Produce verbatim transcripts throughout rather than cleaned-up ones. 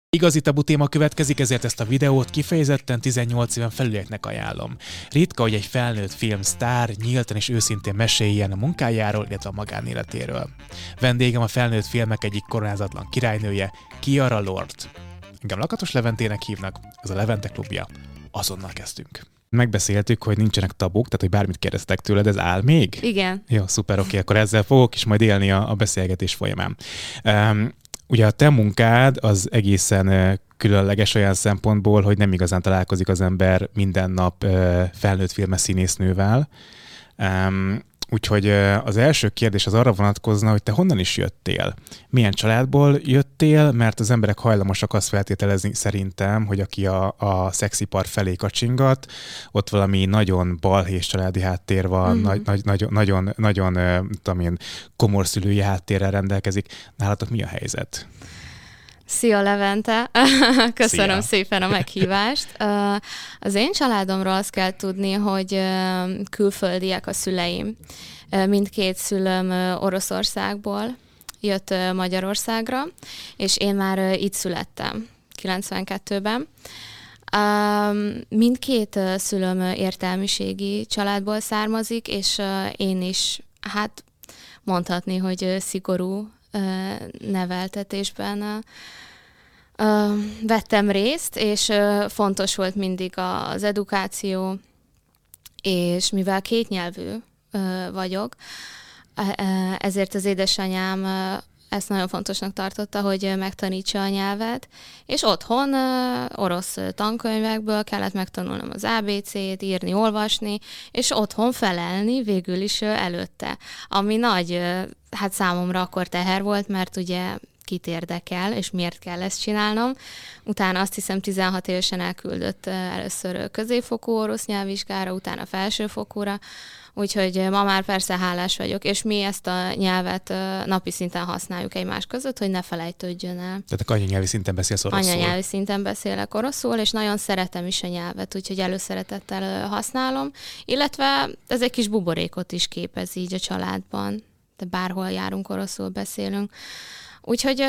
Igazi tabu téma következik, ezért ezt a videót kifejezetten tizennyolc éven felülieknek ajánlom. Ritka, hogy egy felnőtt filmsztár nyíltan és őszintén meséljen a munkájáról, illetve a magánéletéről. Vendégem a felnőtt filmek egyik koronázatlan királynője, Kiara Lord. Engem Lakatos Leventének hívnak, ez a Levente Klubja. Azonnal kezdtünk. Megbeszéltük, hogy nincsenek tabuk, tehát hogy bármit kérdeztek tőled, ez áll még? Igen. Jó, szuper, oké, akkor ezzel fogok is majd élni a, a beszélgetés folyamán. Um, Ugye a te munkád az egészen különleges olyan szempontból, hogy nem igazán találkozik az ember minden nap felnőtt filmes színésznővel. Úgyhogy az első kérdés az arra vonatkozna, hogy te honnan is jöttél? Milyen családból jöttél? Mert az emberek hajlamosak azt feltételezni szerintem, hogy aki a, a szexipar felé kacsingat, ott valami nagyon balhés családi háttér van, mm-hmm. nagy, nagy, nagyon, nagyon, nagyon tudom én, komor szülői háttérrel rendelkezik. Nálatok mi a helyzet? Szia Levente! Köszönöm Szia. szépen a meghívást. Az én családomról azt kell tudni, hogy külföldiek a szüleim. Mindkét szülőm Oroszországból jött Magyarországra, és én már itt születtem, kilencvenkettőben. Mindkét szülőm értelmiségi családból származik, és én is, hát mondhatni, hogy szigorú neveltetésben vettem részt, és fontos volt mindig az edukáció, és mivel kétnyelvű vagyok, ezért az édesanyám ezt nagyon fontosnak tartotta, hogy megtanítsa a nyelvet, és otthon orosz tankönyvekből kellett megtanulnom az á bé cét, írni, olvasni, és otthon felelni végül is előtte. Ami nagy, hát számomra akkor teher volt, mert ugye kit érdekel, és miért kell ezt csinálnom. Utána azt hiszem tizenhat évesen elküldött először középfokú orosz nyelvvizsgára, utána felsőfokúra, úgyhogy ma már persze hálás vagyok, és mi ezt a nyelvet napi szinten használjuk egymás között, hogy ne felejtődjön el. Tehát a anyanyelvi szinten beszélsz oroszul? Anyanyelvi szinten beszélek oroszul, és nagyon szeretem is a nyelvet, úgyhogy előszeretettel használom, illetve ez egy kis buborékot is képez így a családban, de bárhol járunk, oroszul beszélünk. Úgyhogy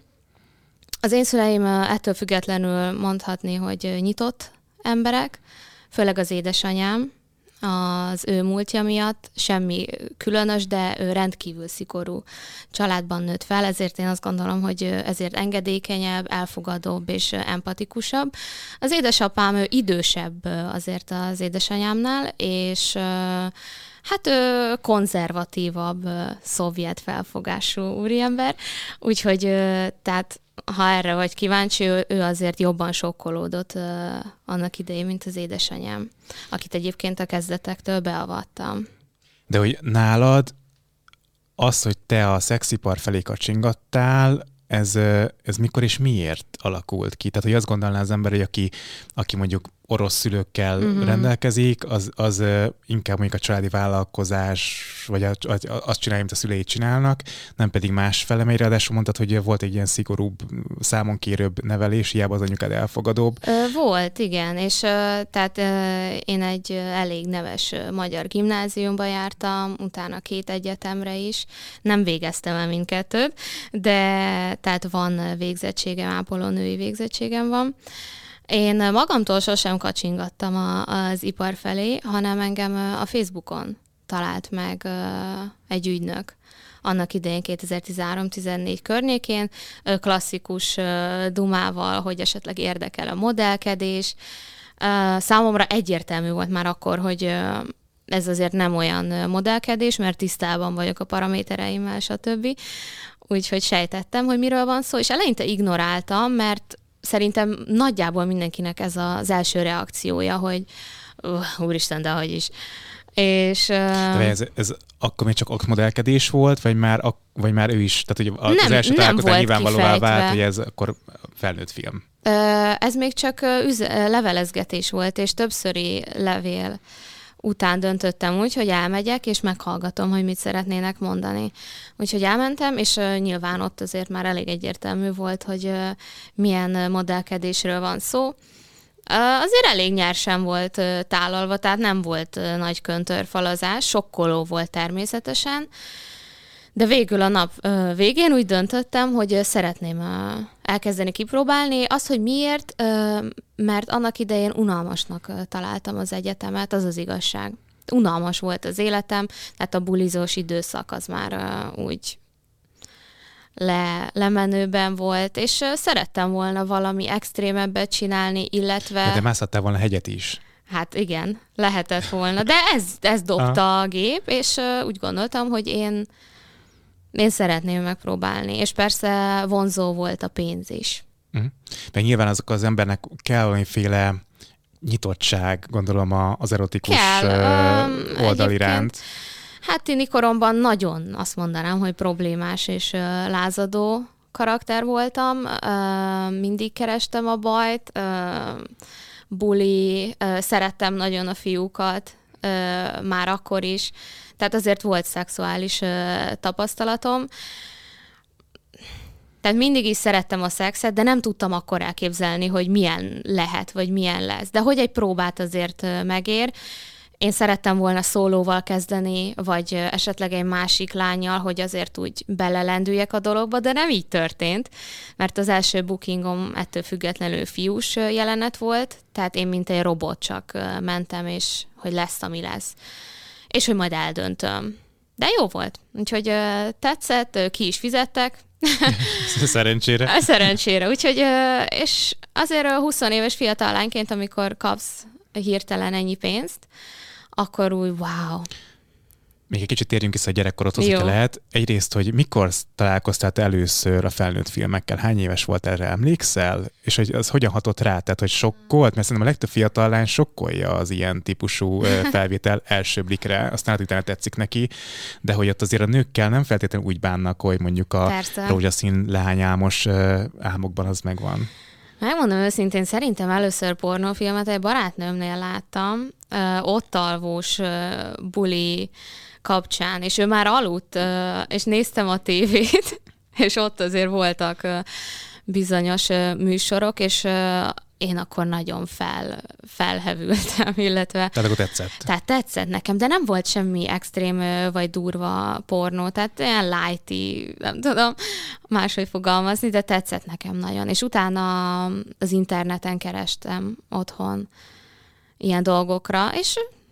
az én szüleim ettől függetlenül mondhatni, hogy nyitott emberek, főleg az édesanyám, az ő múltja miatt semmi különös, de ő rendkívül szigorú családban nőtt fel, ezért én azt gondolom, hogy ezért engedékenyebb, elfogadóbb és empatikusabb. Az édesapám ő idősebb azért az édesanyámnál, és hát ő konzervatívabb, szovjet felfogású úriember, úgyhogy tehát ha erre vagy kíváncsi, ő, ő azért jobban sokkolódott uh, annak idején, mint az édesanyám, akit egyébként a kezdetektől beavattam. De hogy nálad az, hogy te a szexipar felé kacsingattál, ez, ez mikor és miért alakult ki? Tehát, hogy azt gondolná az ember, hogy aki, aki mondjuk orosz szülőkkel uh-huh. rendelkezik, az, az inkább mondjuk a családi vállalkozás, vagy a, a, azt csinálja, mint a szülei csinálnak, nem pedig más fele, ráadásul mondtad, hogy volt egy ilyen szigorúbb, számonkérőbb nevelés, hiába az anyukád elfogadóbb. Volt, igen, és tehát én egy elég neves magyar gimnáziumba jártam, utána két egyetemre is, nem végeztem el mindkettőt, de tehát van végzettségem, ápolónői végzettségem van. Én magamtól sosem kacsingattam a, az ipar felé, hanem engem a Facebookon talált meg egy ügynök. Annak idején kétezer-tizenhárom tizennégy környékén, klasszikus dumával, hogy esetleg érdekel a modellkedés. Számomra egyértelmű volt már akkor, hogy ez azért nem olyan modellkedés, mert tisztában vagyok a paramétereimmel, stb. Úgyhogy sejtettem, hogy miről van szó, és eleinte ignoráltam, mert szerintem nagyjából mindenkinek ez az első reakciója, hogy uh, úristen, de hogy is. És, de ez, ez akkor még csak akmodellkedés volt, vagy már, vagy már ő is, tehát hogy az nem, első találkozás nyilvánvalóvá vált, hogy ez akkor felnőtt film. Ez még csak üze, levelezgetés volt, és többszöri levél után döntöttem úgy, hogy elmegyek, és meghallgatom, hogy mit szeretnének mondani. Úgyhogy elmentem, és uh, nyilván ott azért már elég egyértelmű volt, hogy uh, milyen modellkedésről van szó. Uh, azért elég nyersen volt uh, tálalva, tehát nem volt uh, nagy köntörfalazás, sokkoló volt természetesen, De végül a nap végén úgy döntöttem, hogy szeretném elkezdeni kipróbálni. Az, hogy miért, mert annak idején unalmasnak találtam az egyetemet, az az igazság. Unalmas volt az életem, tehát a bulizós időszak az már úgy le, lemenőben volt, és szerettem volna valami extrémebbet csinálni, illetve... De, de mászhattál volna hegyet is. Hát igen, lehetett volna, de ez, ez dobta a gép, és úgy gondoltam, hogy én, én szeretném megpróbálni, és persze vonzó volt a pénz is. Uh-huh. Mert nyilván azok az embernek kell valamiféle nyitottság, gondolom az erotikus kell, um, oldal iránt. Hát tini koromban nagyon azt mondanám, hogy problémás és uh, lázadó karakter voltam. Uh, mindig kerestem a bajt, uh, buli, uh, szerettem nagyon a fiúkat, uh, már akkor is. Tehát azért volt szexuális uh, tapasztalatom. Tehát mindig is szerettem a szexet, de nem tudtam akkor elképzelni, hogy milyen lehet, vagy milyen lesz. De hogy egy próbát azért uh, megér. Én szerettem volna szólóval kezdeni, vagy esetleg egy másik lánnyal, hogy azért úgy belelendüljek a dologba, de nem így történt, mert az első bookingom ettől függetlenül fiús jelenet volt, tehát én mint egy robot csak mentem, és hogy lesz, ami lesz. És hogy majd eldöntöm. De jó volt. Úgyhogy tetszett, ki is fizettek. Szerencsére. Szerencsére. Úgyhogy, és azért húsz éves fiatal lányként, amikor kapsz hirtelen ennyi pénzt, akkor úgy, wow. Még egy kicsit térjünk vissza a gyerekkorodhoz, hogyha lehet. Egyrészt, hogy mikor találkoztál először a felnőtt filmekkel? Hány éves volt, erre emlékszel? És hogy az hogyan hatott rá? Tehát, hogy sokkolt? Mert szerintem a legtöbb fiatal lány sokkolja az ilyen típusú felvétel első blikre, aztán hát utána tetszik neki, de hogy ott azért a nőkkel nem feltétlenül úgy bánnak, hogy mondjuk a Persze. rózsaszín leányálmos álmokban az megvan. Megmondom őszintén, szerintem először pornófilmet egy barátnőmnél láttam, ö, ott alvós ö, buli kapcsán, és ő már aludt, ö, és néztem a tévét, és ott azért voltak ö, bizonyos ö, műsorok, és ö, én akkor nagyon fel, felhevültem, illetve... Tehát akkor tetszett? Tehát tetszett nekem, de nem volt semmi extrém vagy durva pornó, tehát olyan lighty, nem tudom máshogy fogalmazni, de tetszett nekem nagyon. És utána az interneten kerestem otthon ilyen dolgokra, és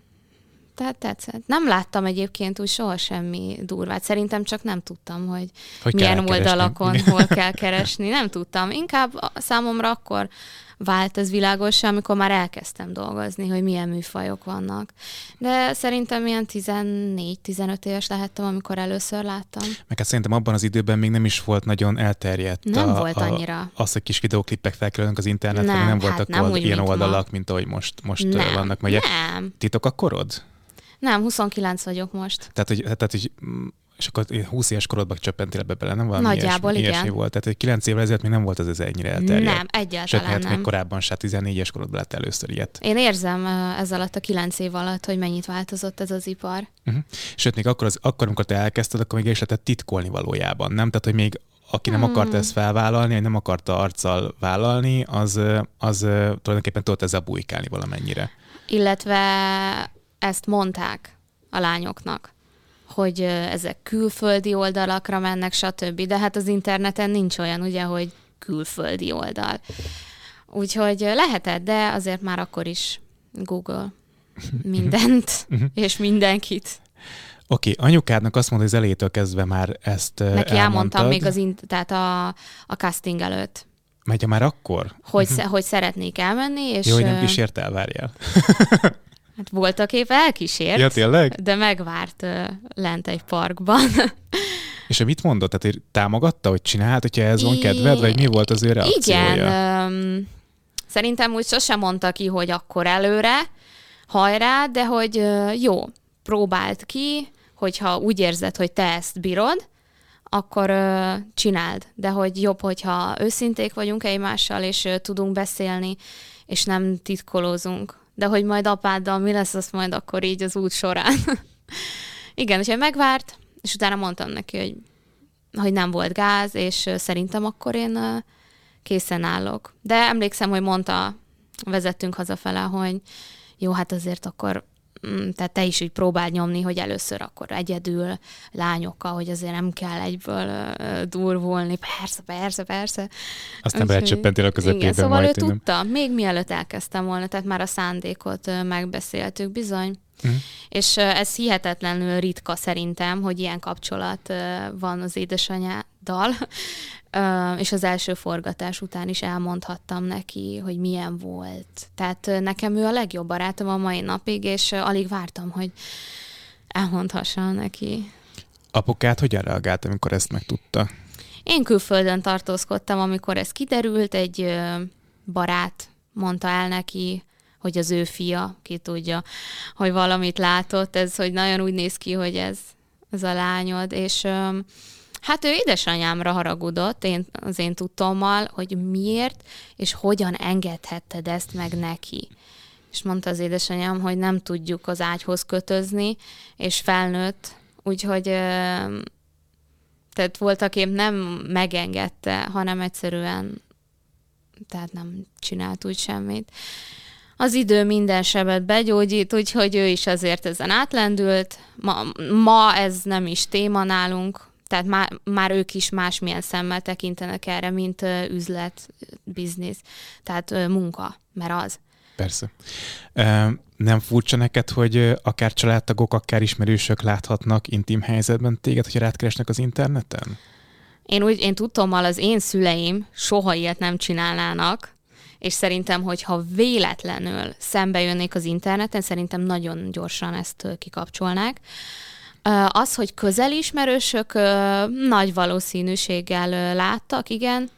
tehát tetszett. Nem láttam egyébként úgy soha semmi durvát. Szerintem csak nem tudtam, hogy, hogy milyen oldalakon, keresni. hol kell keresni. Nem tudtam. Inkább számomra akkor vált ez világossá, amikor már elkezdtem dolgozni, hogy milyen műfajok vannak. De szerintem ilyen tizennégy-tizenöt éves lehettem, amikor először láttam. Meg hát szerintem abban az időben még nem is volt nagyon elterjedt. Nem a, volt a, annyira. Az, hogy kis videóklippek felkerülnek az internetre, nem, nem voltak hát nem old, ilyen oldalak, ma. mint ahogy most, most nem, vannak. Ugye, nem. Titok a korod? Nem, huszonkilenc vagyok most. Tehát, hogy, tehát, hogy és akkor húsz éves korodban csöppentél ebbe bele, nem valami Nagyjából, ilyesmi, igen. ilyesmi volt. Tehát, hogy kilenc évvel ezelőtt még nem volt az ez ennyire elterjedt. Nem, egyáltalán Sőt, hát nem. még korábban se, tizennégyes korodban lett először ilyet. Én érzem ez alatt a kilenc év alatt, hogy mennyit változott ez az ipar. Uh-huh. Sőt, még akkor, az, akkor, amikor te elkezdted, akkor még is lehetett titkolni valójában, nem? Tehát, hogy még aki nem hmm. akarta ezt felvállalni, vagy nem akarta arccal vállalni, az, az tulajdonképpen tudott ezzel bujkálni valamennyire. Illetve ezt mondták a lányoknak, hogy ezek külföldi oldalakra mennek, stb. De hát az interneten nincs olyan, ugye, hogy külföldi oldal. Úgyhogy lehetett, de azért már akkor is Google mindent, és mindenkit. Oké, okay, anyukádnak azt mondta, hogy az elejétől kezdve már ezt Neki elmondtad. elmondtam még az in- tehát a, a casting előtt. Megy már akkor? Hogy, sze- hogy szeretnék elmenni, és... Jó, hogy nem kísért el, várjál. Hát voltak épp elkísért, ja, tényleg? De megvárt uh, lent egy parkban. És mit mondott? Tehát, hogy támogatta, hogy csináld, hogyha ez van kedved, vagy mi volt az ő reakciója? Igen. Um, szerintem úgy sosem mondta ki, hogy akkor előre, hajrá, de hogy uh, jó, próbáld ki, hogyha úgy érzed, hogy te ezt bírod, akkor uh, csináld. De hogy jobb, hogyha őszinték vagyunk egymással, és uh, tudunk beszélni, és nem titkolózunk. De hogy majd apáddal mi lesz, azt majd akkor így az út során. Igen, úgyhogy megvárt, és utána mondtam neki, hogy, hogy nem volt gáz, és szerintem akkor én készen állok. De emlékszem, hogy mondta, vezettünk hazafele, hogy jó, hát azért akkor tehát te is úgy próbáld nyomni, hogy először akkor egyedül lányokkal, hogy azért nem kell egyből uh, durvulni. Persze, persze, persze. Aztán belecsöppentél a közepében. Igen, szóval majd, ő tudta, még mielőtt elkezdtem volna, tehát már a szándékot uh, megbeszéltük bizony. Uh-huh. És uh, ez hihetetlenül ritka szerintem, hogy ilyen kapcsolat uh, van az édesanyáddal, uh, és az első forgatás után is elmondhattam neki, hogy milyen volt. Tehát uh, nekem ő a legjobb barátom a mai napig, és uh, alig vártam, hogy elmondhassam neki. Apukát hogyan reagált, amikor ezt megtudta? Én külföldön tartózkodtam, amikor ez kiderült, egy uh, barát mondta el neki, hogy az ő fia, ki tudja, hogy valamit látott, ez, hogy nagyon úgy néz ki, hogy ez, ez a lányod, és um, hát ő édesanyámra haragudott, én, az én tudtommal, hogy miért, és hogyan engedhetted ezt meg neki. És mondta az édesanyám, hogy nem tudjuk az ágyhoz kötözni, és felnőtt, úgyhogy um, tehát voltaképp nem megengedte, hanem egyszerűen tehát nem csinált úgy semmit. Az idő minden sebet begyógyít, úgyhogy ő is azért ezen átlendült. Ma, ma ez nem is téma nálunk, tehát már, már ők is másmilyen szemmel tekintenek erre, mint uh, üzlet, biznisz, tehát uh, munka, mert az. Persze. Nem furcsa neked, hogy akár családtagok, akár ismerősök láthatnak intim helyzetben téged, hogy rátkeresnek az interneten? Én úgy, én tudtommal az én szüleim soha ilyet nem csinálnának, és szerintem, hogyha véletlenül szembe jönnék az interneten, szerintem nagyon gyorsan ezt kikapcsolnák. Az, hogy közelismerősök nagy valószínűséggel láttak, igen.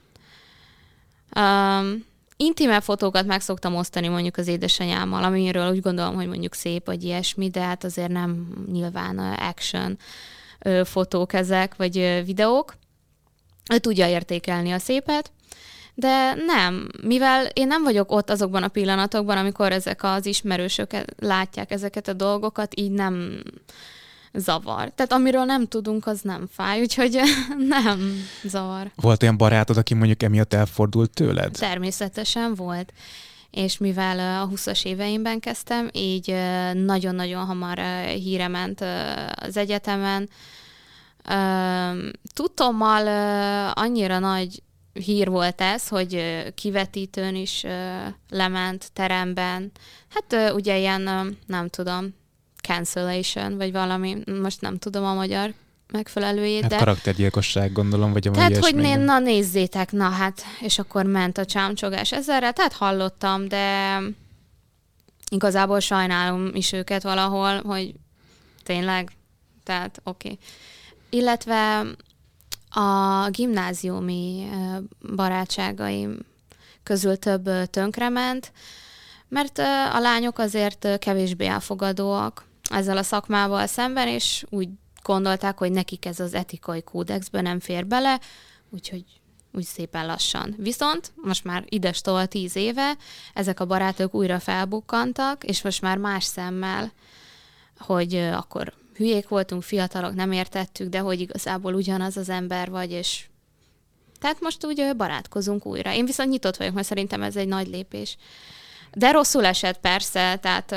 Intime fotókat meg szoktam osztani mondjuk az édesanyámmal, amiről úgy gondolom, hogy mondjuk szép, vagy ilyesmi, de hát azért nem nyilván action fotók ezek, vagy videók. Ő tudja értékelni a szépet, de nem, mivel én nem vagyok ott azokban a pillanatokban, amikor ezek az ismerősök látják ezeket a dolgokat, így nem zavar. Tehát amiről nem tudunk, az nem fáj, úgyhogy nem zavar. Volt olyan barátod, aki mondjuk emiatt elfordult tőled? Természetesen volt. És mivel a huszas éveimben kezdtem, így nagyon-nagyon hamar híre ment az egyetemen. Tudtommal annyira nagy hír volt ez, hogy kivetítőn is lement teremben. Hát ugye ilyen, nem tudom, cancellation, vagy valami, most nem tudom a magyar megfelelőjét, hát de... karaktergyilkosság, gondolom, vagy a tehát, hogy né, na nézzétek, na hát, és akkor ment a csámcsogás ezerre, tehát hallottam, de igazából sajnálom is őket valahol, hogy tényleg, tehát oké. Okay. Illetve a gimnáziumi barátságaim közül több tönkrement, mert a lányok azért kevésbé elfogadóak ezzel a szakmával szemben, és úgy gondolták, hogy nekik ez az etikai kódexben nem fér bele, úgyhogy úgy szépen lassan. Viszont most már idestől tíz éve ezek a barátok újra felbukkantak, és most már más szemmel, hogy akkor hülyék voltunk, fiatalok, nem értettük, de hogy igazából ugyanaz az ember vagy, és tehát most úgy barátkozunk újra. Én viszont nyitott vagyok, mert szerintem ez egy nagy lépés. De rosszul esett persze, tehát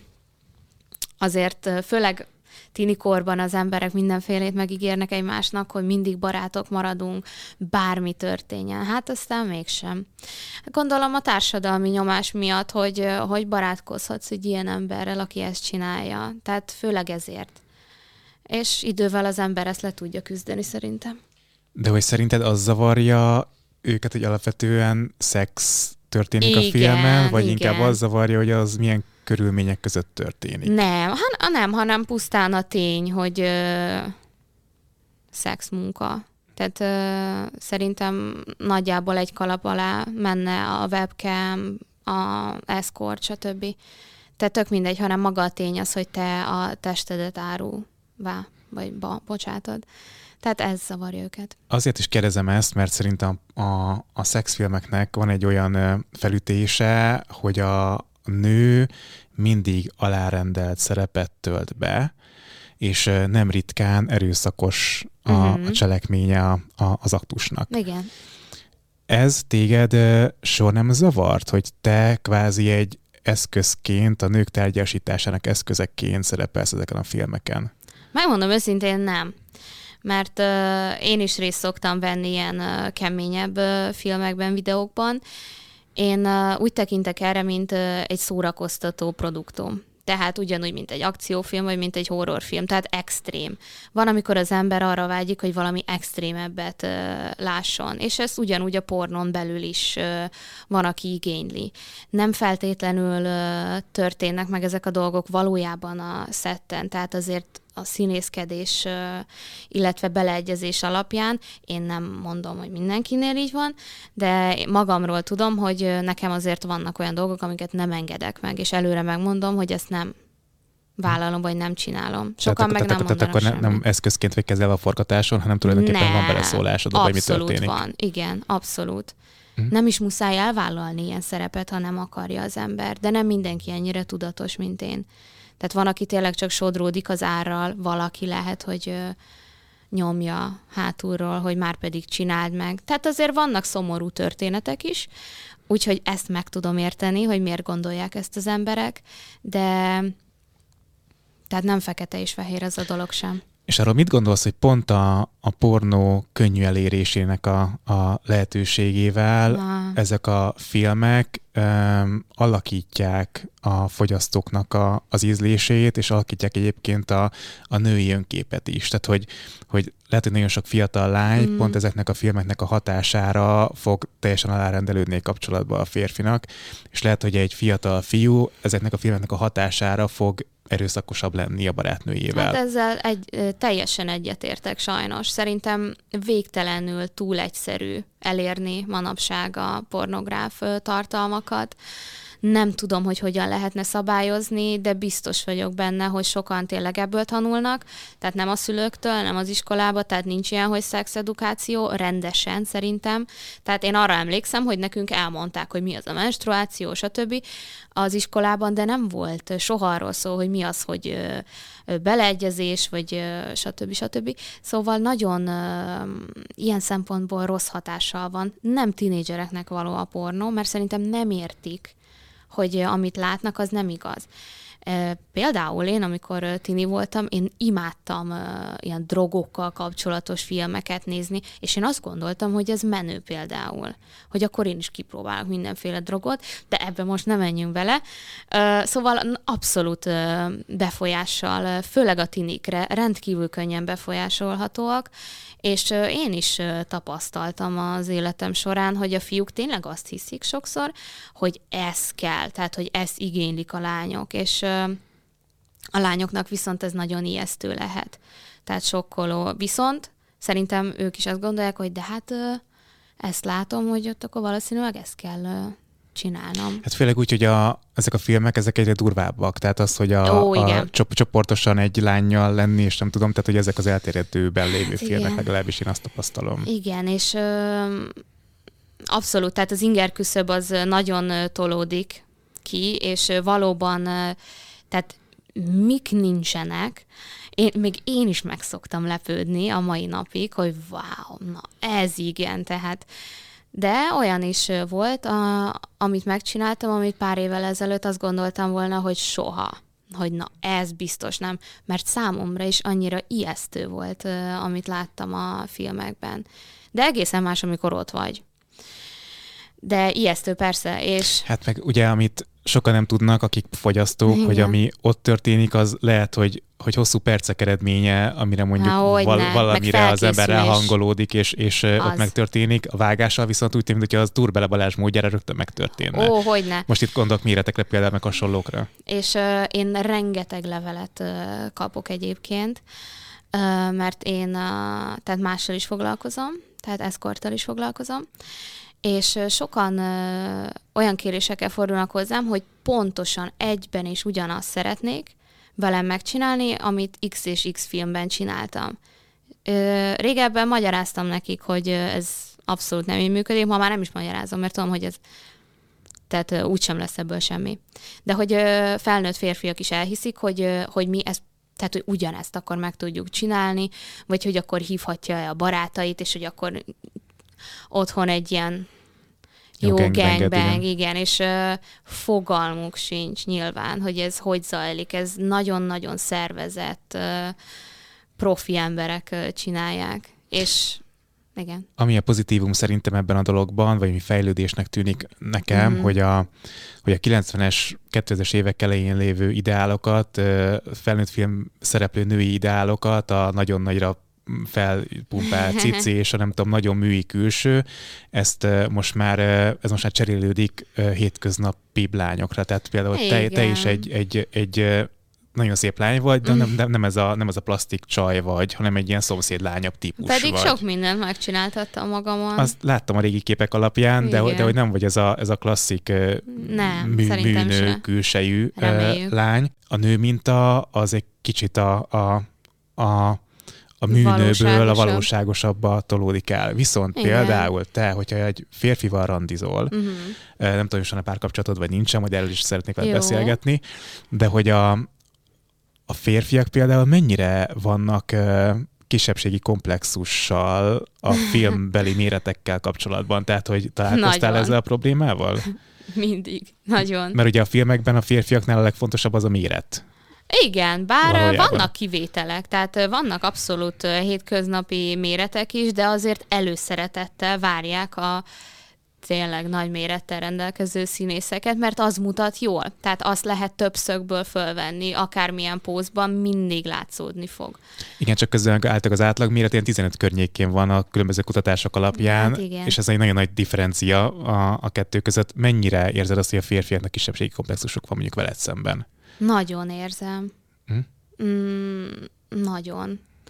azért főleg tinikorban az emberek mindenfélét megígérnek egymásnak, hogy mindig barátok maradunk, bármi történjen. Hát aztán mégsem. Gondolom a társadalmi nyomás miatt, hogy, hogy barátkozhatsz egy ilyen emberrel, aki ezt csinálja. Tehát főleg ezért. És idővel az ember ezt le tudja küzdeni szerintem. De hogy szerinted az zavarja őket, hogy alapvetően szex történik igen, a filmen, vagy igen. Inkább az zavarja, hogy az milyen körülmények között történik? Nem, han- nem hanem pusztán a tény, hogy ö, szexmunka. Tehát ö, szerintem nagyjából egy kalap alá menne a webcam, a escort, stb. Tehát tök mindegy, hanem maga a tény az, hogy te a testedet áruvá, vagy ba, bocsátod. Tehát ez zavarja őket. Azért is kérdezem ezt, mert szerintem a, a szexfilmeknek van egy olyan felütése, hogy a nő mindig alárendelt szerepet tölt be, és nem ritkán erőszakos a, uh-huh. a cselekménye a, a, az aktusnak. Igen. Ez téged soha nem zavart, hogy te kvázi egy eszközként, a nők tárgyasításának eszközeként szerepelsz ezeken a filmeken? Megmondom őszintén, nem. Mert uh, én is részt szoktam venni ilyen uh, keményebb uh, filmekben, videókban. Én uh, úgy tekintek erre, mint uh, egy szórakoztató produktum. Tehát ugyanúgy, mint egy akciófilm, vagy mint egy horrorfilm, tehát extrém. Van, amikor az ember arra vágyik, hogy valami extrémebbet uh, lásson, és ezt ugyanúgy a pornon belül is uh, van, aki igényli. Nem feltétlenül uh, történnek meg ezek a dolgok valójában a szetten, tehát azért a színészkedés, illetve beleegyezés alapján, én nem mondom, hogy mindenkinél így van, de magamról tudom, hogy nekem azért vannak olyan dolgok, amiket nem engedek meg, és előre megmondom, hogy ezt nem vállalom, vagy nem csinálom. Sokan meg nem mondanak Tehát akkor semmit. nem eszközként vagy kezelve a forgatáson, hanem tulajdonképpen van beleszólásod, vagy mi történik. Abszolút van, igen, abszolút. Hm. Nem is muszáj elvállalni ilyen szerepet, ha nem akarja az ember, de nem mindenki ennyire tudatos, mint én. Tehát van, aki tényleg csak sodródik az árral, valaki lehet, hogy ö, nyomja hátulról, hogy már pedig csináld meg. Tehát azért vannak szomorú történetek is, úgyhogy ezt meg tudom érteni, hogy miért gondolják ezt az emberek, de tehát nem fekete és fehér ez a dolog sem. És arról mit gondolsz, hogy pont a, a pornó könnyű elérésének a, a lehetőségével Na. ezek a filmek um, alakítják a fogyasztóknak a, az ízlését, és alakítják egyébként a, a női önképet is. Tehát, hogy, hogy lehet, hogy nagyon sok fiatal lány mm. pont ezeknek a filmeknek a hatására fog teljesen alárendelődni kapcsolatba a férfinak, és lehet, hogy egy fiatal fiú ezeknek a filmeknek a hatására fog erőszakosabb lenni a barátnőjével. Hát ezzel egy, teljesen egyetértek sajnos. Szerintem végtelenül túl egyszerű elérni manapság a pornográf tartalmakat. Nem tudom, hogy hogyan lehetne szabályozni, de biztos vagyok benne, hogy sokan tényleg ebből tanulnak, tehát nem a szülőktől, nem az iskolába, tehát nincs ilyen, hogy szexedukáció, rendesen szerintem. Tehát én arra emlékszem, hogy nekünk elmondták, hogy mi az a menstruáció, stb. Az iskolában, de nem volt soha arról szó, hogy mi az, hogy beleegyezés, vagy stb. stb. Szóval nagyon ilyen szempontból rossz hatással van. Nem tinédzsereknek való a pornó, mert szerintem nem értik, hogy amit látnak, az nem igaz. Például én, amikor tini voltam, én imádtam uh, ilyen drogokkal kapcsolatos filmeket nézni, és én azt gondoltam, hogy ez menő például, hogy akkor én is kipróbálok mindenféle drogot, de ebbe most nem menjünk bele. Uh, szóval abszolút uh, befolyással, főleg a tinikre rendkívül könnyen befolyásolhatóak, és uh, én is uh, tapasztaltam az életem során, hogy a fiúk tényleg azt hiszik sokszor, hogy ez kell, tehát hogy ezt igénylik a lányok, és uh, a lányoknak viszont ez nagyon ijesztő lehet. Tehát sokkoló. Viszont szerintem ők is azt gondolják, hogy de hát uh, ezt látom, hogy ott akkor valószínűleg ezt kell uh, csinálnom. Hát főleg úgy, hogy a, ezek a filmek, ezek egyre durvábbak. Tehát az, hogy a, Ó, a csoportosan egy lánnyal lenni, és nem tudom, tehát hogy ezek az elterjedőben lévő hát filmek, igen. Legalábbis én azt tapasztalom. Igen, és ö, abszolút, tehát az inger küszöb az nagyon tolódik ki, és valóban, tehát mik nincsenek, én, még én is meg szoktam lepődni a mai napig, hogy wow, na ez igen, tehát de olyan is volt, a, amit megcsináltam, amit pár évvel ezelőtt azt gondoltam volna, hogy soha, hogy na ez biztos nem, mert számomra is annyira ijesztő volt, amit láttam a filmekben. De egészen más, amikor ott vagy. De ijesztő persze, és... Hát meg ugye, amit sokan nem tudnak, akik fogyasztók, igen. hogy ami ott történik, az lehet, hogy, hogy hosszú percek eredménye, amire mondjuk Há, val- valamire az ember ráhangolódik, és, és ott megtörténik. A vágással viszont úgy tűnik, hogyha az Turbele Balázs módjára rögtön megtörténne. Ó, hogyne. Most itt gondolok méretekre például, meg hasonlókra. És uh, én rengeteg levelet uh, kapok egyébként, uh, mert én uh, tehát mással is foglalkozom, tehát eszkorttal is foglalkozom, és sokan ö, olyan kérésekkel fordulnak hozzám, hogy pontosan egyben és ugyanazt szeretnék velem megcsinálni, amit X és X filmben csináltam. Ö, régebben magyaráztam nekik, hogy ez abszolút nem így működik, ma már nem is magyarázom, mert tudom, hogy ez tehát ö, úgysem lesz ebből semmi. De hogy ö, felnőtt férfiak is elhiszik, hogy, ö, hogy mi ezt tehát, hogy ugyanezt akkor meg tudjuk csinálni, vagy hogy akkor hívhatja a barátait, és hogy akkor otthon egy ilyen jó gangbang, igen, és uh, fogalmuk sincs nyilván, hogy ez hogy zajlik. Ez nagyon-nagyon szervezett, uh, profi emberek uh, csinálják, és igen. Ami a pozitívum szerintem ebben a dologban, vagy mi fejlődésnek tűnik nekem, mm-hmm. hogy, a, hogy a kilencvenes, kétezres évek elején lévő ideálokat, felnőtt film szereplő női ideálokat, a nagyon nagyra felpumpált cici és a nem tudom, nagyon műi külső, ezt most már, ez most már cserélődik hétköznapi lányokra. Tehát például te, te is egy, egy, egy nagyon szép lány vagy, de nem, nem, nem, ez a, nem ez a plastik csaj vagy, hanem egy ilyen szomszédlányabb típus Pedig vagy. sok mindent megcsináltattam magamon. Azt láttam a régi képek alapján, de, de hogy nem vagy ez a, ez a klasszik nem, mű, műnő külsejű Reméljük. lány. A nő minta az egy kicsit a, a, a a műnőből a valóságosabbba tolódik el. Viszont igen. Például te, hogyha egy férfival randizol, uh-huh. nem tudom, hogy van a párkapcsolatod, vagy nincsen, majd erről is szeretnék veled beszélgetni, de hogy a, a férfiak például mennyire vannak uh, kisebbségi komplexussal a filmbeli méretekkel kapcsolatban? Tehát, hogy találkoztál nagyon. Ezzel a problémával? Mindig. Nagyon. Mert ugye a filmekben a férfiaknál a legfontosabb az a méret. Igen, bár valójában vannak kivételek, tehát vannak abszolút hétköznapi méretek is, de azért előszeretettel várják a tényleg nagy mérettel rendelkező színészeket, mert az mutat jól. Tehát azt lehet több szögből fölvenni, akármilyen pózban mindig látszódni fog. Igen, csak közben álltak az átlag méret, ilyen tizenöt környékén van a különböző kutatások alapján, hát és ez egy nagyon nagy differencia a, a kettő között. Mennyire érzed azt, hogy a férfiaknak kisebbségi komplexusok van mondjuk veled szemben? Nagyon érzem. Hm? Mm, nagyon.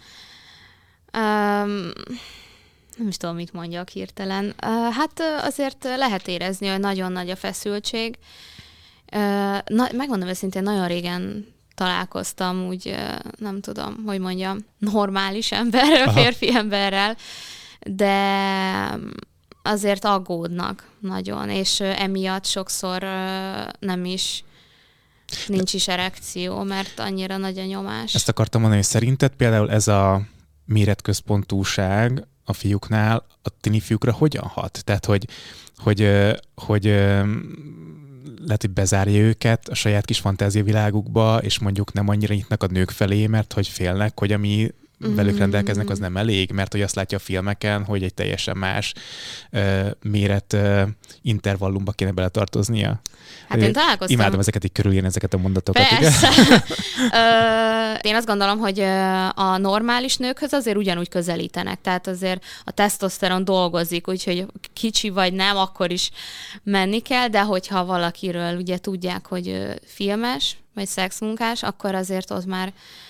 Um, nem is tudom, mit mondjak hirtelen. Uh, hát azért lehet érezni, hogy nagyon nagy a feszültség. Uh, na, megmondom őszintén, nagyon régen találkoztam úgy, uh, nem tudom, hogy mondjam, normális emberrel, aha. férfi emberrel, de azért aggódnak nagyon, és uh, emiatt sokszor uh, nem is nincs is erekció, mert annyira nagy a nyomás. Ezt akartam mondani, hogy szerinted például ez a méretközpontúság a fiúknál a tini fiúkra hogyan hat? Tehát, hogy, hogy, hogy lehet, hogy bezárja őket a saját kis fantáziavilágukba, és mondjuk nem annyira nyitnak a nők felé, mert hogy félnek, hogy ami velük rendelkeznek, az nem elég, mert hogy azt látja a filmeken, hogy egy teljesen más uh, méret uh, intervallumba kéne beletartoznia. Hát én találkoztam. Imádom ezeket így körülírni, ezeket a mondatokat. Persze. Én azt gondolom, hogy a normális nőkhöz azért ugyanúgy közelítenek, tehát azért a tesztoszteron dolgozik, úgyhogy kicsi vagy nem, akkor is menni kell, de hogyha valakiről ugye tudják, hogy filmes, vagy szexmunkás, akkor azért ott már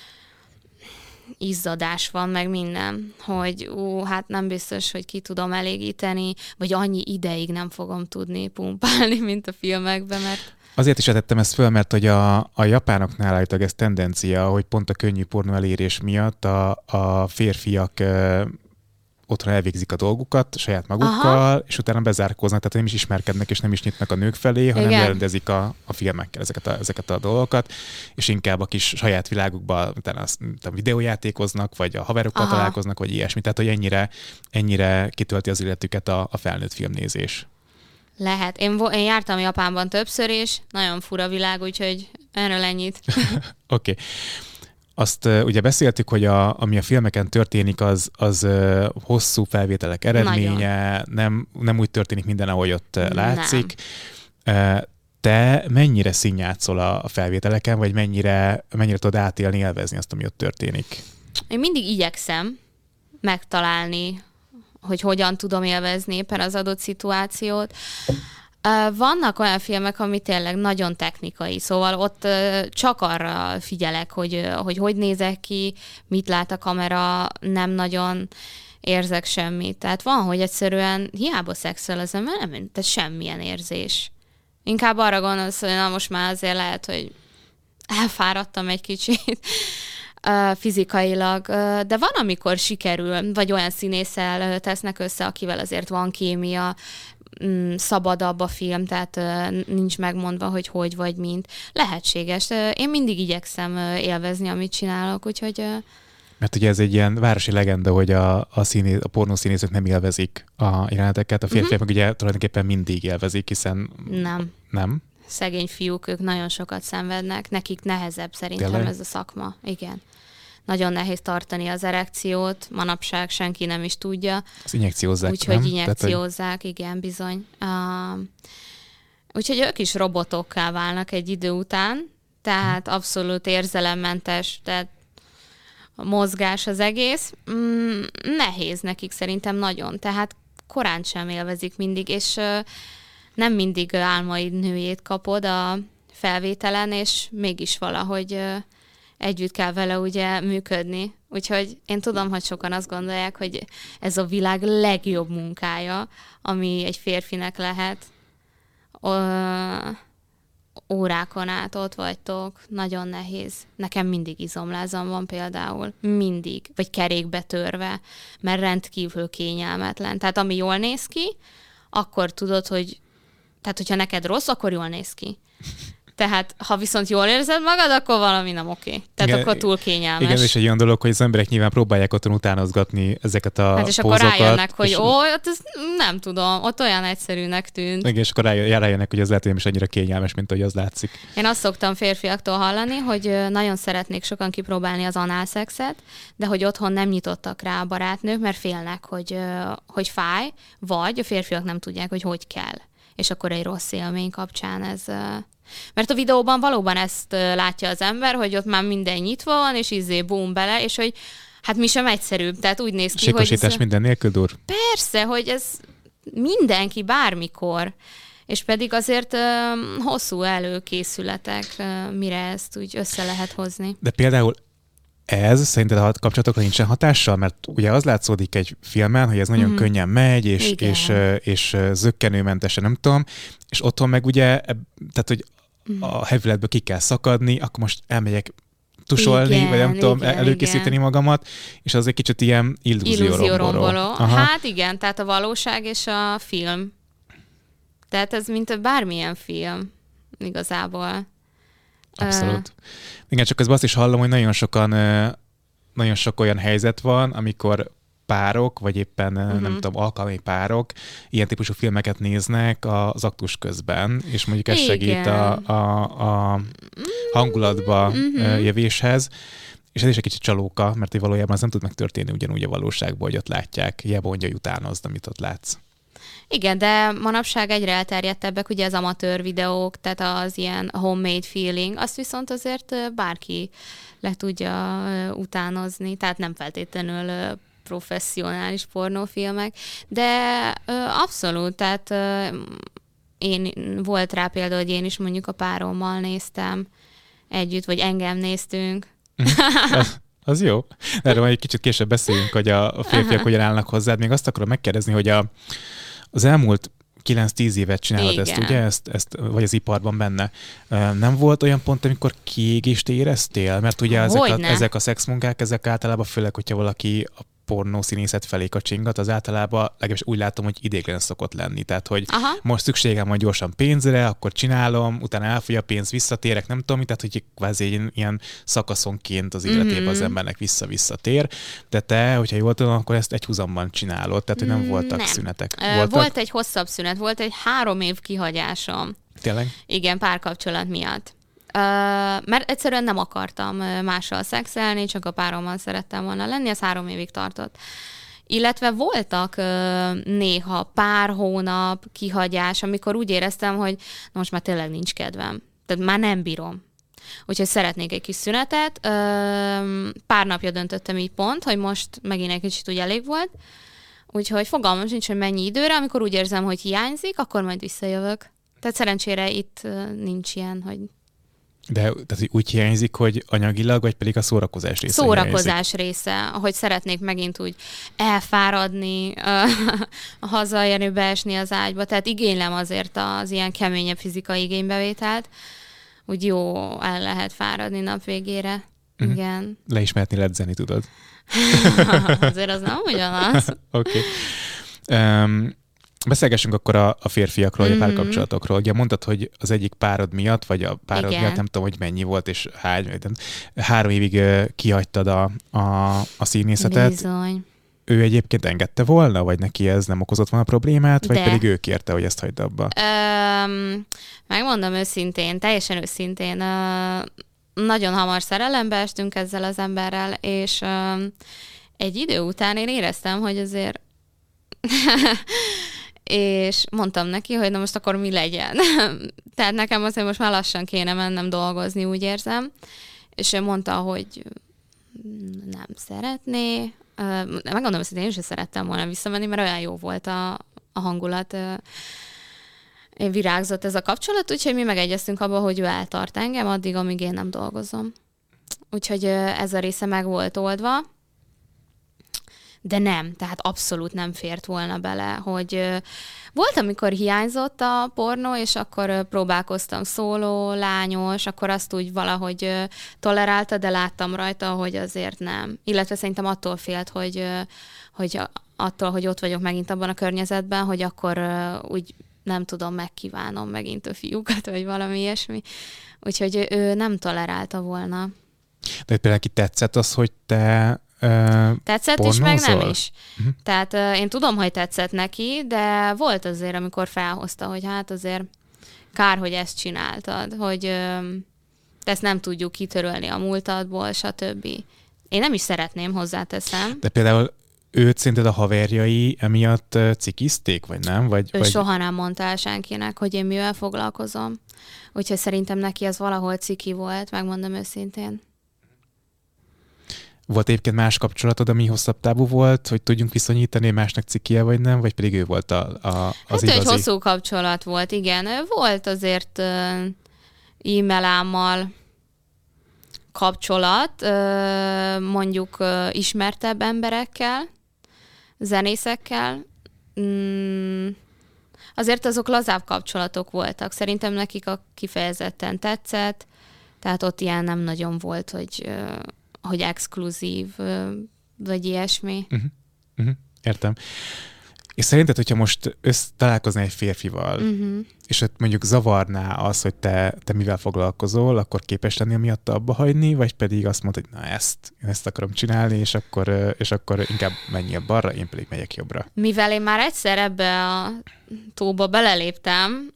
izzadás van, meg minden, hogy ú, hát nem biztos, hogy ki tudom elégíteni, vagy annyi ideig nem fogom tudni pumpálni, mint a filmekben, mert... Azért is vetettem ezt föl, mert hogy a, a japánoknál állítólag ez tendencia, hogy pont a könnyű pornó elérés miatt a, a férfiak e, otthon elvégzik a dolgukat saját magukkal, aha. és utána bezárkóznak, tehát nem is ismerkednek, és nem is nyitnak a nők felé, hanem igen. rendezik a, a filmekkel ezeket a, ezeket a dolgokat, és inkább a kis saját világukban utána azt, utána videójátékoznak, vagy a haverokkal aha. találkoznak, vagy ilyesmi. Tehát, hogy ennyire, ennyire kitölti az életüket a, a felnőtt filmnézés. Lehet. Én, én jártam Japánban többször is, nagyon fura világ, úgyhogy erről ennyit. Oké. Okay. Azt uh, ugye beszéltük, hogy a, ami a filmeken történik, az, az uh, hosszú felvételek eredménye, nem, nem úgy történik minden, ahogy ott uh, látszik. Uh, te mennyire színjátszol a, a felvételeken, vagy mennyire, mennyire tudod átélni, élvezni azt, ami ott történik? Én mindig igyekszem megtalálni, hogy hogyan tudom élvezni éppen az adott szituációt. Vannak olyan filmek, ami tényleg nagyon technikai, szóval ott csak arra figyelek, hogy hogy, hogy nézek ki, mit lát a kamera, nem nagyon érzek semmit. Tehát van, hogy egyszerűen hiába szexel az ember, nem tehát semmilyen érzés. Inkább arra gondolsz, hogy na most már azért lehet, hogy elfáradtam egy kicsit fizikailag, de van, amikor sikerül, vagy olyan színésszel tesznek össze, akivel azért van kémia, szabadabb a film, tehát nincs megmondva, hogy hogy vagy mint. Lehetséges. Én mindig igyekszem élvezni, amit csinálok, úgyhogy... Mert ugye ez egy ilyen városi legenda, hogy a, a, színész, a pornószínészek nem élvezik a jeleneteket, a férfiak uh-huh. meg ugye tulajdonképpen mindig élvezik, hiszen... Nem. Nem? Szegény fiúk, ők nagyon sokat szenvednek, nekik nehezebb szerintem Tényleg? Ez a szakma. Igen. Nagyon nehéz tartani az erekciót, manapság senki nem is tudja. Az injekciózzák, Úgyhogy nem? injekciózzák, Tehát, hogy... igen, bizony. Uh, úgyhogy ők is robotokká válnak egy idő után, tehát abszolút érzelemmentes, tehát a mozgás az egész. Mm, nehéz nekik szerintem nagyon, tehát korán sem élvezik mindig, és uh, nem mindig álmaid nőjét kapod a felvételen, és mégis valahogy uh, együtt kell vele ugye működni. Úgyhogy én tudom, hogy sokan azt gondolják, hogy ez a világ legjobb munkája, ami egy férfinek lehet. Ö, órákon át ott vagytok, nagyon nehéz. Nekem mindig izomlázam van például, mindig, vagy kerékbe törve, mert rendkívül kényelmetlen. Tehát ami jól néz ki, akkor tudod, hogy tehát hogyha neked rossz, akkor jól néz ki. Tehát, ha viszont jól érzed magad, akkor valami nem oké. Tehát igen, akkor túl kényelmes. Igen, és egy olyan dolog, hogy az emberek nyilván próbálják otthon utánozgatni ezeket a hát és pózokat. akkor rájönnek, hogy és... ó, ott ez nem tudom, ott olyan egyszerűnek tűnt. Igen, és akkor rájönnek, hogy az lehet, hogy nem is annyira kényelmes, mint ahogy az látszik. Én azt szoktam férfiaktól hallani, hogy nagyon szeretnék sokan kipróbálni az análszexet, de hogy otthon nem nyitottak rá a barátnők, mert félnek, hogy, hogy fáj, vagy a férfiak nem tudják, hogy hogy kell. És akkor egy rossz élmény kapcsán ez... Mert a videóban valóban ezt látja az ember, hogy ott már minden nyitva van, és izé bum bele, és hogy hát mi sem egyszerűbb. Tehát úgy néz ki, Sikosítás hogy... Ez... minden nélkül, dur? Persze, hogy ez mindenki bármikor. És pedig azért uh, hosszú előkészületek, uh, mire ezt úgy össze lehet hozni. De például ez szerinted a kapcsolatokra nincsen hatással? Mert ugye az látszódik egy filmen, hogy ez nagyon mm. könnyen megy, és, és, és zökkenőmentesen, nem tudom, és otthon meg ugye, tehát hogy mm. a hevületből ki kell szakadni, akkor most elmegyek tusolni, igen, vagy nem igen, tudom, előkészíteni igen. magamat, és az egy kicsit ilyen illúzióromboló. Hát igen, tehát a valóság és a film. Tehát ez mint bármilyen film, igazából. Abszolút. Uh. Igen, csak közben azt is hallom, hogy nagyon sokan, nagyon sok olyan helyzet van, amikor párok, vagy éppen uh-huh. nem tudom, alkalmi párok ilyen típusú filmeket néznek az aktus közben, és mondjuk ez igen. segít a, a, a hangulatba uh-huh. jövéshez. És ez is egy kicsit csalóka, mert valójában az nem tud megtörténni ugyanúgy a valóságban, hogy ott látják, hiába mondja, hogy utánozd, amit ott látsz. Igen, de manapság egyre elterjedtebbek ugye az amatőr videók, tehát az ilyen homemade feeling, azt viszont azért bárki le tudja utánozni, tehát nem feltétlenül professzionális pornófilmek, de abszolút, tehát én volt rá például, hogy én is mondjuk a párommal néztem együtt, vagy engem néztünk. az, az jó. Erről majd egy kicsit később beszéljünk, hogy a férfiak hogyan állnak hozzád. Még azt akarom megkérdezni, hogy a az elmúlt kilenc-tíz évet csinálod igen. ezt, ugye? Ezt, ezt, vagy az iparban benne. Nem volt olyan pont, amikor kiégést éreztél? Mert ugye ezek a, ezek a szexmunkák, ezek általában főleg, hogyha valaki a pornószínészet felé kacsingat, az általában legalábbis úgy látom, hogy idéglen szokott lenni. Tehát, hogy aha. most szükségem van gyorsan pénzre, akkor csinálom, utána elfogy a pénz, visszatérek, nem tudom, tehát, hogy kvázi egy ilyen szakaszonként az életében mm-hmm. az embernek vissza-visszatér. De te, hogyha jól tudom, akkor ezt egy huzamban csinálod, tehát, hogy nem voltak nem. szünetek. Voltak? Volt egy hosszabb szünet, volt egy három év kihagyásom. Tényleg? Igen, párkapcsolat miatt. Uh, mert egyszerűen nem akartam mással szexelni, csak a párommal szerettem volna lenni, ez három évig tartott. Illetve voltak uh, néha pár hónap kihagyás, amikor úgy éreztem, hogy most már tényleg nincs kedvem. Tehát már nem bírom. Úgyhogy szeretnék egy kis szünetet. Uh, pár napja döntöttem így pont, hogy most megint egy kicsit úgy elég volt. Úgyhogy fogalmam sincs, hogy mennyi időre, amikor úgy érzem, hogy hiányzik, akkor majd visszajövök. Tehát szerencsére itt uh, nincs ilyen, hogy de tehát úgy hiányzik, hogy anyagilag, vagy pedig a szórakozás része Szórakozás hiányzik? része, hogy szeretnék megint úgy elfáradni, hazajönni, beesni az ágyba. Tehát igénylem azért az ilyen keményebb fizikai igénybevételt, úgy jó el lehet fáradni nap végére. Uh-huh. Igen. Leismertni, ledzeni tudod. Azért az nem ugyanaz. Oké. Okay. Um, Beszélgessünk akkor a, a férfiakról, mm-hmm. a párkapcsolatokról. Ugye mondtad, hogy az egyik párod miatt, vagy a párod Igen. miatt, nem tudom, hogy mennyi volt, és hány, három évig kihagytad a, a, a színészetet. Bizony. Ő egyébként engedte volna, vagy neki ez nem okozott volna problémát, vagy De. pedig ő kérte, hogy ezt hagyd abba? Öm, megmondom őszintén, teljesen őszintén, ö, nagyon hamar szerelembe estünk ezzel az emberrel, és ö, egy idő után én éreztem, hogy azért és mondtam neki, hogy na most akkor mi legyen. Tehát nekem azért most már lassan kéne mennem dolgozni, úgy érzem. És ő mondta, hogy nem szeretné. Megmondom azt, hogy én is szerettem volna visszamenni, mert olyan jó volt a, a hangulat. Virágzott ez a kapcsolat, úgyhogy mi megegyeztünk abban, hogy ő eltart engem addig, amíg én nem dolgozom. Úgyhogy ez a része meg volt oldva. De nem, tehát abszolút nem fért volna bele, hogy uh, volt, amikor hiányzott a pornó, és akkor uh, próbálkoztam szóló, lányos, akkor azt úgy valahogy uh, tolerálta, de láttam rajta, hogy azért nem. Illetve szerintem attól félt, hogy, uh, hogy attól, hogy ott vagyok megint abban a környezetben, hogy akkor uh, úgy nem tudom, megkívánom megint a fiúkat, vagy valami ilyesmi. Úgyhogy ő nem tolerálta volna. De például ki tetszett az, hogy te Uh, tetszett pornózol? is, meg nem is. Uh-huh. Tehát uh, én tudom, hogy tetszett neki, de volt azért, amikor felhozta, hogy hát azért kár, hogy ezt csináltad, hogy uh, ezt nem tudjuk kitörölni a múltadból, stb. Én nem is szeretném, hozzáteszem. De például őt szerinted a haverjai emiatt cikizték, vagy nem? Vagy, ő vagy... soha nem mondta el senkinek, hogy én mivel foglalkozom. Úgyhogy szerintem neki ez valahol ciki volt, megmondom őszintén. Volt egyébként más kapcsolatod, ami hosszabb távú volt, hogy tudjunk viszonyítani, másnak cikie vagy nem, vagy pedig ő volt a, a, az hát igazi? egy hosszú kapcsolat volt, igen. Volt azért uh, e-mailámmal kapcsolat, uh, mondjuk uh, ismertebb emberekkel, zenészekkel. Mm, azért azok lazább kapcsolatok voltak. Szerintem nekik a kifejezetten tetszett, tehát ott ilyen nem nagyon volt, hogy... Uh, hogy exkluzív, vagy ilyesmi. Uh-huh. Uh-huh. Értem. És szerinted, hogyha most találkoznál egy férfival, uh-huh. és ott mondjuk zavarná az, hogy te, te mivel foglalkozol, akkor képes lennél miatt abba hagyni, vagy pedig azt mondod, hogy na ezt, én ezt akarom csinálni, és akkor, és akkor inkább menjél balra, én pedig megyek jobbra. Mivel én már egyszer ebbe a tóba beleléptem,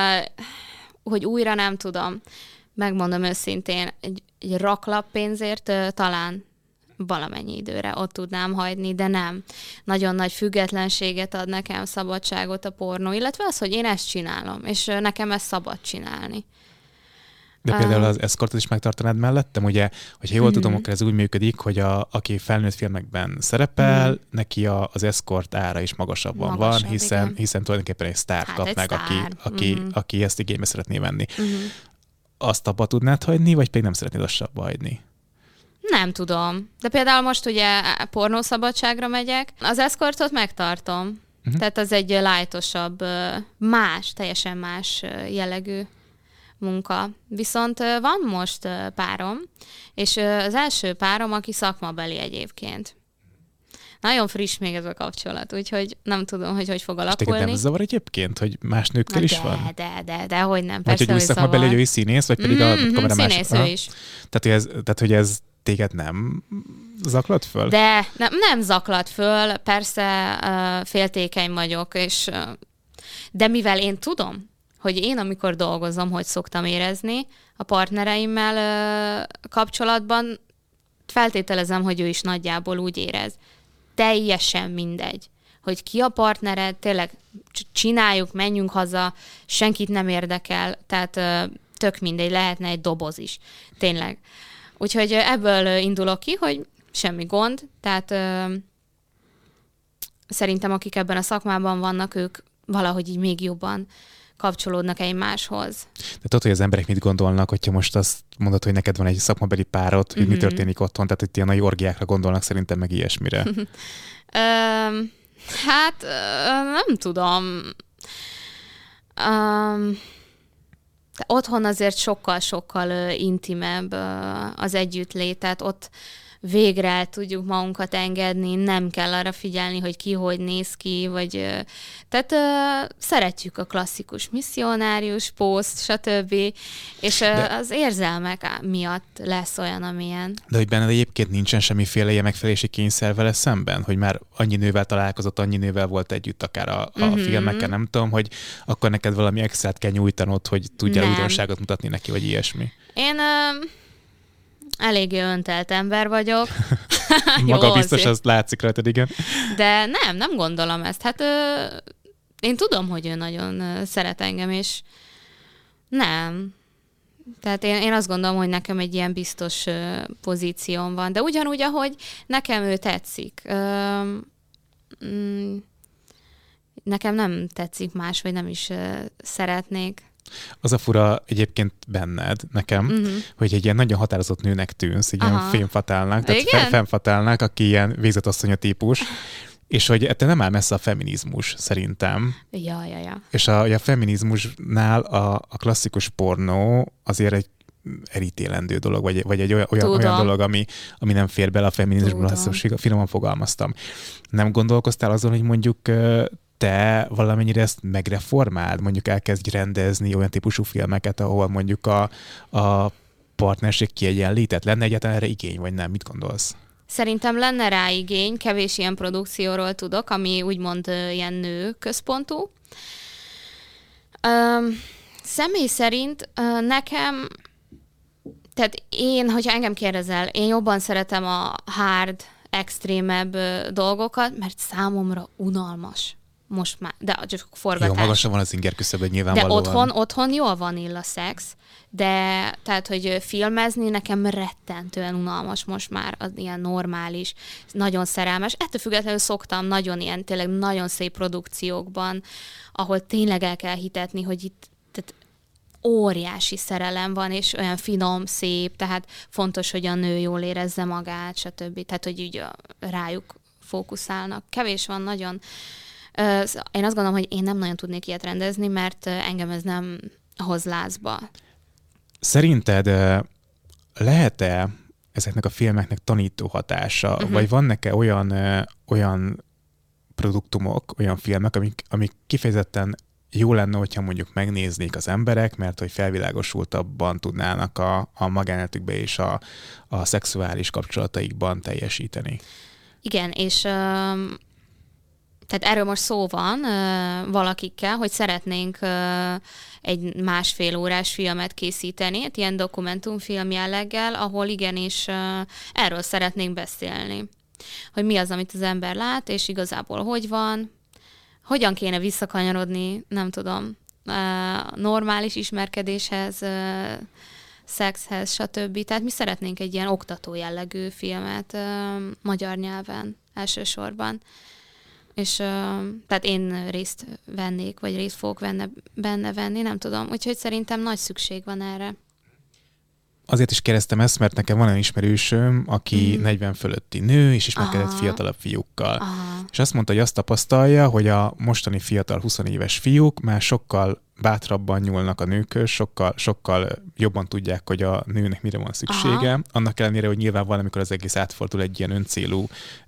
hogy újra nem tudom, megmondom őszintén, egy egy raklap pénzért uh, talán valamennyi időre ott tudnám hagyni, de nem. Nagyon nagy függetlenséget ad nekem, szabadságot a pornó, illetve az, hogy én ezt csinálom, és uh, nekem ezt szabad csinálni. De például az eszkortot is megtartanád mellettem, ugye, hogyha jól uh-huh. tudom, akkor ez úgy működik, hogy a, aki felnőtt filmekben szerepel, uh-huh. neki a, az eszkort ára is magasabban Magasabb, van, hiszen, hiszen tulajdonképpen egy sztárt hát kap egy meg, sztár. aki, aki, uh-huh. aki ezt igénybe szeretné venni. Uh-huh. Azt abba tudnád hagyni, vagy pedig nem szeretnéd azt abba hagyni? Nem tudom. De például most ugye pornószabadságra megyek, az eszkortot megtartom. Uh-huh. Tehát az egy lightosabb, más, teljesen más jellegű munka. Viszont van most párom, és az első párom, aki szakmabeli egyébként. Nagyon friss még ez a kapcsolat, úgyhogy nem tudom, hogy hogy fog alakulni. És téged nem zavar egyébként, hogy más nőkkel Na is de, van? De, de, de, hogy nem. Persze, hogy úgy szakmabeli, hogy ő is színész, vagy pedig mm-hmm, a kamera más... Színész ő is. Tehát hogy, ez, tehát, hogy ez téged nem zaklat föl? De nem, nem zaklat föl, persze uh, féltékeny vagyok, és, uh, de mivel én tudom, hogy én amikor dolgozom, hogy szoktam érezni a partnereimmel uh, kapcsolatban, feltételezem, hogy ő is nagyjából úgy érez. Teljesen mindegy, hogy ki a partnered, tényleg csináljuk, menjünk haza, senkit nem érdekel, tehát uh, tök mindegy, lehetne egy doboz is. Tényleg. Úgyhogy ebből indulok ki, hogy semmi gond, tehát ö, szerintem akik ebben a szakmában vannak, ők valahogy így még jobban kapcsolódnak egymáshoz. De tudod, hogy az emberek mit gondolnak, hogyha most azt mondod, hogy neked van egy szakmabeli párod, hogy mm-hmm. mi történik otthon, tehát hogy ilyen nagy orgiákra gondolnak szerintem meg ilyesmire. ö, hát ö, nem tudom. Um, De otthon azért sokkal-sokkal intimebb az együttlét, tehát ott végre el tudjuk magunkat engedni, nem kell arra figyelni, hogy ki hogy néz ki, vagy tehát uh, szeretjük a klasszikus misszionárius, poszt, stb. És uh, az érzelmek miatt lesz olyan, amilyen. De hogy benned egyébként nincsen semmiféle ilyen megfelelési kényszer vele szemben, hogy már annyi nővel találkozott, annyi nővel volt együtt akár a, a mm-hmm. filmekkel, nem tudom, hogy akkor neked valami extrát kell nyújtanod, hogy tudjál újdonságot mutatni neki, vagy ilyesmi. Én uh, eléggé öntelt ember vagyok. Maga Jó, biztos, azt látszik rajtad, igen. De nem, nem gondolom ezt. Hát ö, én tudom, hogy ő nagyon ö, szeret engem, és nem. Tehát én, én azt gondolom, hogy nekem egy ilyen biztos ö, pozícióm van. De ugyanúgy, ahogy nekem ő tetszik. Ö, mm, nekem nem tetszik más, vagy nem is ö, szeretnék. Az a fura egyébként benned, nekem, uh-huh. hogy egy ilyen nagyon határozott nőnek tűnsz, egy Aha. ilyen fémfatálnak, tehát femfatálnak, aki ilyen végzetasszonya típus, és hogy te nem áll messze a feminizmus, szerintem. Ja, ja, ja. És a, a feminizmusnál a, a klasszikus pornó azért egy elítélendő dolog, vagy, vagy egy olyan, olyan dolog, ami, ami nem fér bele a feminizmusba, azt finoman fogalmaztam. Nem gondolkoztál azon, hogy mondjuk te valamennyire ezt megreformáld, mondjuk elkezdj rendezni olyan típusú filmeket, ahol mondjuk a, a partnerség kiegyenlített? Lenne egyáltalán erre igény, vagy nem? Mit gondolsz? Szerintem lenne rá igény, kevés ilyen produkcióról tudok, ami úgymond uh, ilyen nő központú. Um, személy szerint uh, nekem, tehát én, hogyha engem kérdezel, én jobban szeretem a hard, extrémebb uh, dolgokat, mert számomra unalmas. Most már, de csak forgatás. Jó, magasan van az inger küszöböd nyilvánvalóan. De otthon, otthon jól vanilla szex, de tehát, hogy filmezni nekem rettentően unalmas most már, az ilyen normális, nagyon szerelmes. Ettől függetlenül szoktam nagyon ilyen, tényleg nagyon szép produkciókban, ahol tényleg el kell hitetni, hogy itt tehát óriási szerelem van, és olyan finom, szép, tehát fontos, hogy a nő jól érezze magát, stb. Tehát, hogy így rájuk fókuszálnak. Kevés van nagyon. Én azt gondolom, hogy én nem nagyon tudnék ilyet rendezni, mert engem ez nem hoz lázba. Szerinted lehet-e ezeknek a filmeknek tanító hatása, uh-huh. vagy vannak-e olyan, olyan produktumok, olyan filmek, amik, amik kifejezetten jó lenne, hogyha mondjuk megnéznék az emberek, mert hogy felvilágosultabban tudnának a, a magánéletükbe és a, a szexuális kapcsolataikban teljesíteni? Igen, és... Um... Tehát erről most szó van uh, valakikkel, hogy szeretnénk uh, egy másfél órás filmet készíteni, egy ilyen dokumentumfilm jelleggel, ahol igenis uh, erről szeretnénk beszélni. Hogy mi az, amit az ember lát, és igazából hogy van, hogyan kéne visszakanyarodni, nem tudom, uh, normális ismerkedéshez, uh, szexhez, stb. Tehát mi szeretnénk egy ilyen oktató jellegű filmet uh, magyar nyelven elsősorban. És uh, tehát én részt vennék, vagy részt fogok benne, benne venni, nem tudom. Úgyhogy szerintem nagy szükség van erre. Azért is kérdeztem ezt, mert nekem van olyan ismerősöm, aki mm. negyven fölötti nő, és ismerkedett Aha. fiatalabb fiúkkal. Aha. És azt mondta, hogy azt tapasztalja, hogy a mostani fiatal huszonéves fiúk már sokkal bátrabban nyúlnak a nőkhöz, sokkal, sokkal jobban tudják, hogy a nőnek mire van szüksége. Aha. Annak ellenére, hogy nyilván valamikor az egész átfordul egy ilyen öncélú,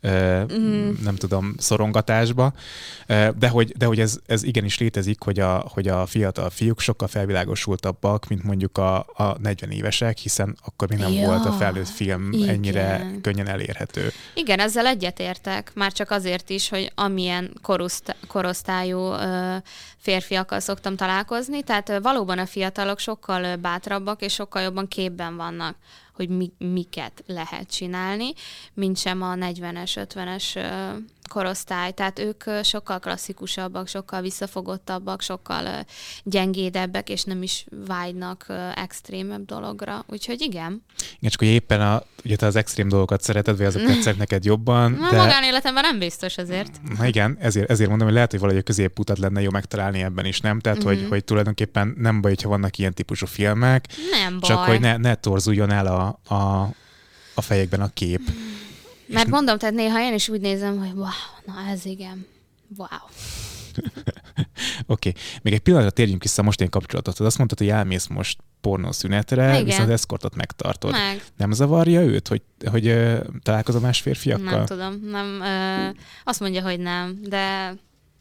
mm. nem tudom, szorongatásba. De hogy, de hogy ez, ez igenis létezik, hogy a, hogy a fiatal fiúk sokkal felvilágosultabbak, mint mondjuk a, a negyven évesek, hiszen akkor még nem ja. volt a felnőtt film Igen. ennyire könnyen elérhető. Igen, ezzel egyetértek. Már csak azért is, hogy amilyen korosztály, korosztályú férfiakkal szoktam találkozni, tehát valóban a fiatalok sokkal bátrabbak és sokkal jobban képben vannak, hogy mi, miket lehet csinálni, mint sem a negyvenes, ötvenes korosztály. Tehát ők sokkal klasszikusabbak, sokkal visszafogottabbak, sokkal gyengédebbek, és nem is vágynak extrémebb dologra. Úgyhogy igen. Igen, csak hogy éppen a, ugye te az extrém dolgokat szereted, vagy azok tetszenek neked jobban. De... A magánéletemben nem biztos azért. Na igen, ezért, ezért mondom, hogy lehet, hogy valahogy a középutat lenne jó megtalálni ebben is, nem? Tehát, mm-hmm. hogy, hogy tulajdonképpen nem baj, hogyha vannak ilyen típusú filmek. Nem baj. Csak hogy ne, ne torzuljon el a, a, a fejekben a kép. Mert mondom, tehát néha én is úgy nézem, hogy wow, na ez igen, wow. Oké. Okay. Még egy pillanatra térjünk vissza most én kapcsolatod. Azt mondtad, hogy elmész most pornószünetre, igen. viszont eszkortot megtartod. Meg. Nem zavarja őt, hogy, hogy uh, találkozom más férfiakkal? Nem tudom. Nem, ö, azt mondja, hogy nem, de...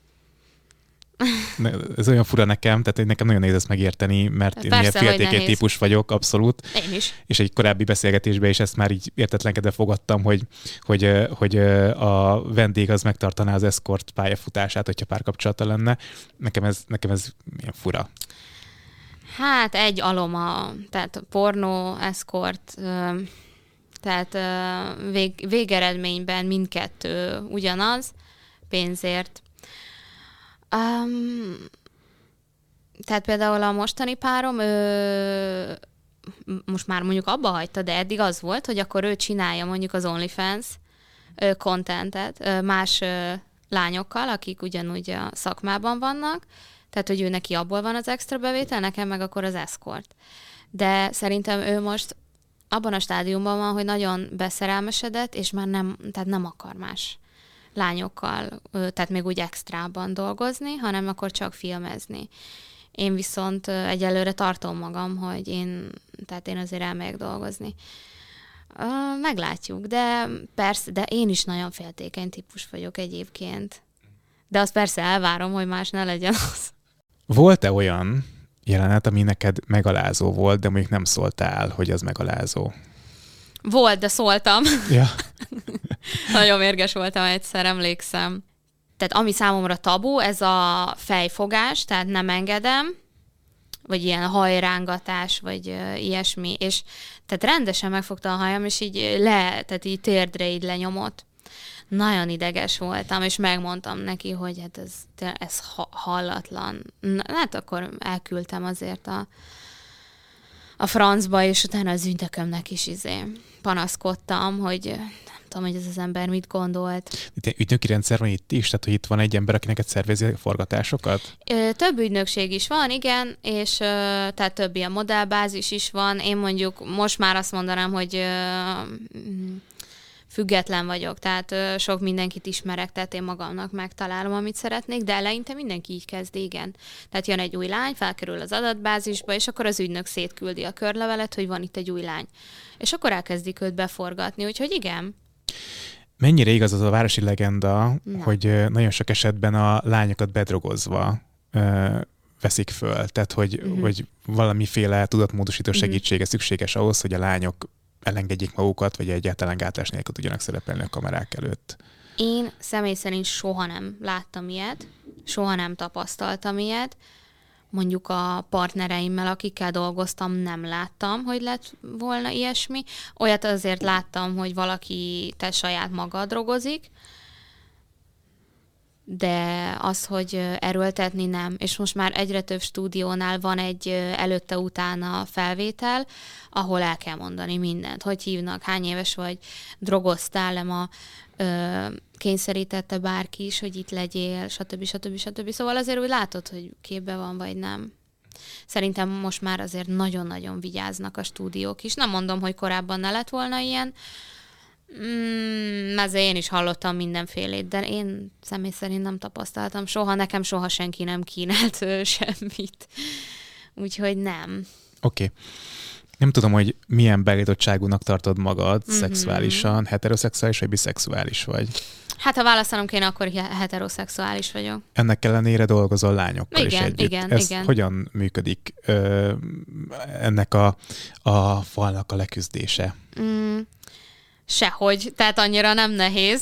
Ez olyan fura nekem, tehát nekem nagyon nehéz ezt megérteni, mert én ilyen féltékeny típus vagyok, abszolút. Én is. És egy korábbi beszélgetésben is ezt már így értetlenkedve fogadtam, hogy, hogy, hogy a vendég az megtartaná az eszkort pályafutását, hogyha párkapcsolata lenne. Nekem ez, nekem ez ilyen fura. Hát egy aloma, tehát pornó, eszkort, tehát vég, végeredményben mindkettő ugyanaz, pénzért. Um, tehát például a mostani párom, ő, most már mondjuk abba hagyta, de eddig az volt, hogy akkor ő csinálja mondjuk az OnlyFans contentet más lányokkal, akik ugyanúgy a szakmában vannak, tehát hogy ő neki abból van az extra bevétel, nekem meg akkor az escort. De szerintem ő most abban a stádiumban van, hogy nagyon beszerelmesedett, és már nem, tehát nem akar más lányokkal, tehát még úgy extrában dolgozni, hanem akkor csak filmezni. Én viszont egyelőre tartom magam, hogy én, tehát én azért elmegyek dolgozni. Meglátjuk, de persze, de én is nagyon féltékeny típus vagyok egyébként. De azt persze elvárom, hogy más ne legyen az. Volt-e olyan jelenet, ami neked megalázó volt, de mondjuk nem szóltál, hogy az megalázó? Volt, de szóltam. Ja. Nagyon mérges voltam egyszer, emlékszem. Tehát ami számomra tabu, ez a fejfogás, tehát nem engedem, vagy ilyen hajrángatás, vagy uh, ilyesmi. És tehát rendesen megfogta a hajam, és így le, tehát így térdre így lenyomott. Nagyon ideges voltam, és megmondtam neki, hogy hát ez, ez hallatlan. Na, hát akkor elküldtem azért a, a francba, és utána az ügynökömnek is izé panaszkodtam, hogy nem tudom, hogy ez az ember mit gondolt. Itt ügynöki rendszer van itt is? Tehát, hogy itt van egy ember, aki neked szervezi a forgatásokat? Több ügynökség is van, igen, és tehát több ilyen modellbázis is van. Én mondjuk most már azt mondanám, hogy független vagyok, tehát ö, sok mindenkit ismerek, tehát én magamnak megtalálom, amit szeretnék, de eleinte mindenki így kezd, igen. Tehát jön egy új lány, felkerül az adatbázisba, és akkor az ügynök szétküldi a körlevelet, hogy van itt egy új lány. És akkor elkezdik őt beforgatni, úgyhogy igen. Mennyire igaz az a városi legenda, Na. hogy nagyon sok esetben a lányokat bedrogozva ö, veszik föl, tehát hogy, uh-huh. hogy valamiféle tudatmódosító segítsége uh-huh. szükséges ahhoz, hogy a lányok elengedjék magukat, vagy egyáltalán gátlás nélkül tudjanak szerepelni a kamerák előtt. Én személy szerint soha nem láttam ilyet, soha nem tapasztaltam ilyet. Mondjuk a partnereimmel, akikkel dolgoztam, nem láttam, hogy lett volna ilyesmi. Olyat azért láttam, hogy valaki te saját maga drogozik, de az, hogy erőltetni nem. És most már egyre több stúdiónál van egy előtte-utána felvétel, ahol el kell mondani mindent. Hogy hívnak, hány éves vagy, drogoztál-e ma, ö, kényszerítette bárki is, hogy itt legyél, stb. stb. stb. Szóval azért úgy látod, hogy képbe van, vagy nem. Szerintem most már azért nagyon-nagyon vigyáznak a stúdiók is. Nem mondom, hogy korábban ne lett volna ilyen, Mm, ezért én is hallottam mindenfélét, de én személy szerint nem tapasztaltam soha, nekem soha senki nem kínált ö, semmit. Úgyhogy nem. Oké. Okay. Nem tudom, hogy milyen beállítottságúnak tartod magad mm-hmm. szexuálisan, heteroszexuális vagy biszexuális vagy? Hát ha választanom kéne, akkor heteroszexuális vagyok. Ennek ellenére dolgozol lányokkal igen, is együtt. Igen, Ez igen. hogyan működik ö, ennek a, a falnak a leküzdése? Mm. Sehogy, tehát annyira nem nehéz,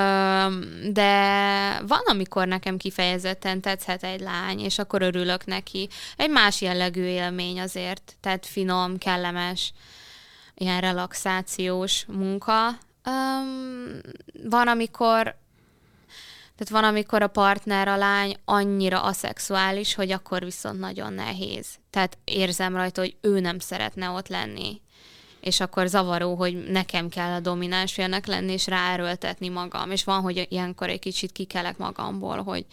de van, amikor nekem kifejezetten tetszhet egy lány, és akkor örülök neki. Egy más jellegű élmény azért, tehát finom, kellemes, ilyen relaxációs munka. Van, amikor tehát van, amikor a partner, a lány annyira aszexuális, hogy akkor viszont nagyon nehéz. Tehát érzem rajta, hogy ő nem szeretne ott lenni. És akkor zavaró, hogy nekem kell a domináns félnek lenni, és ráerőltetni magam. És van, hogy ilyenkor egy kicsit kikelek magamból, hogy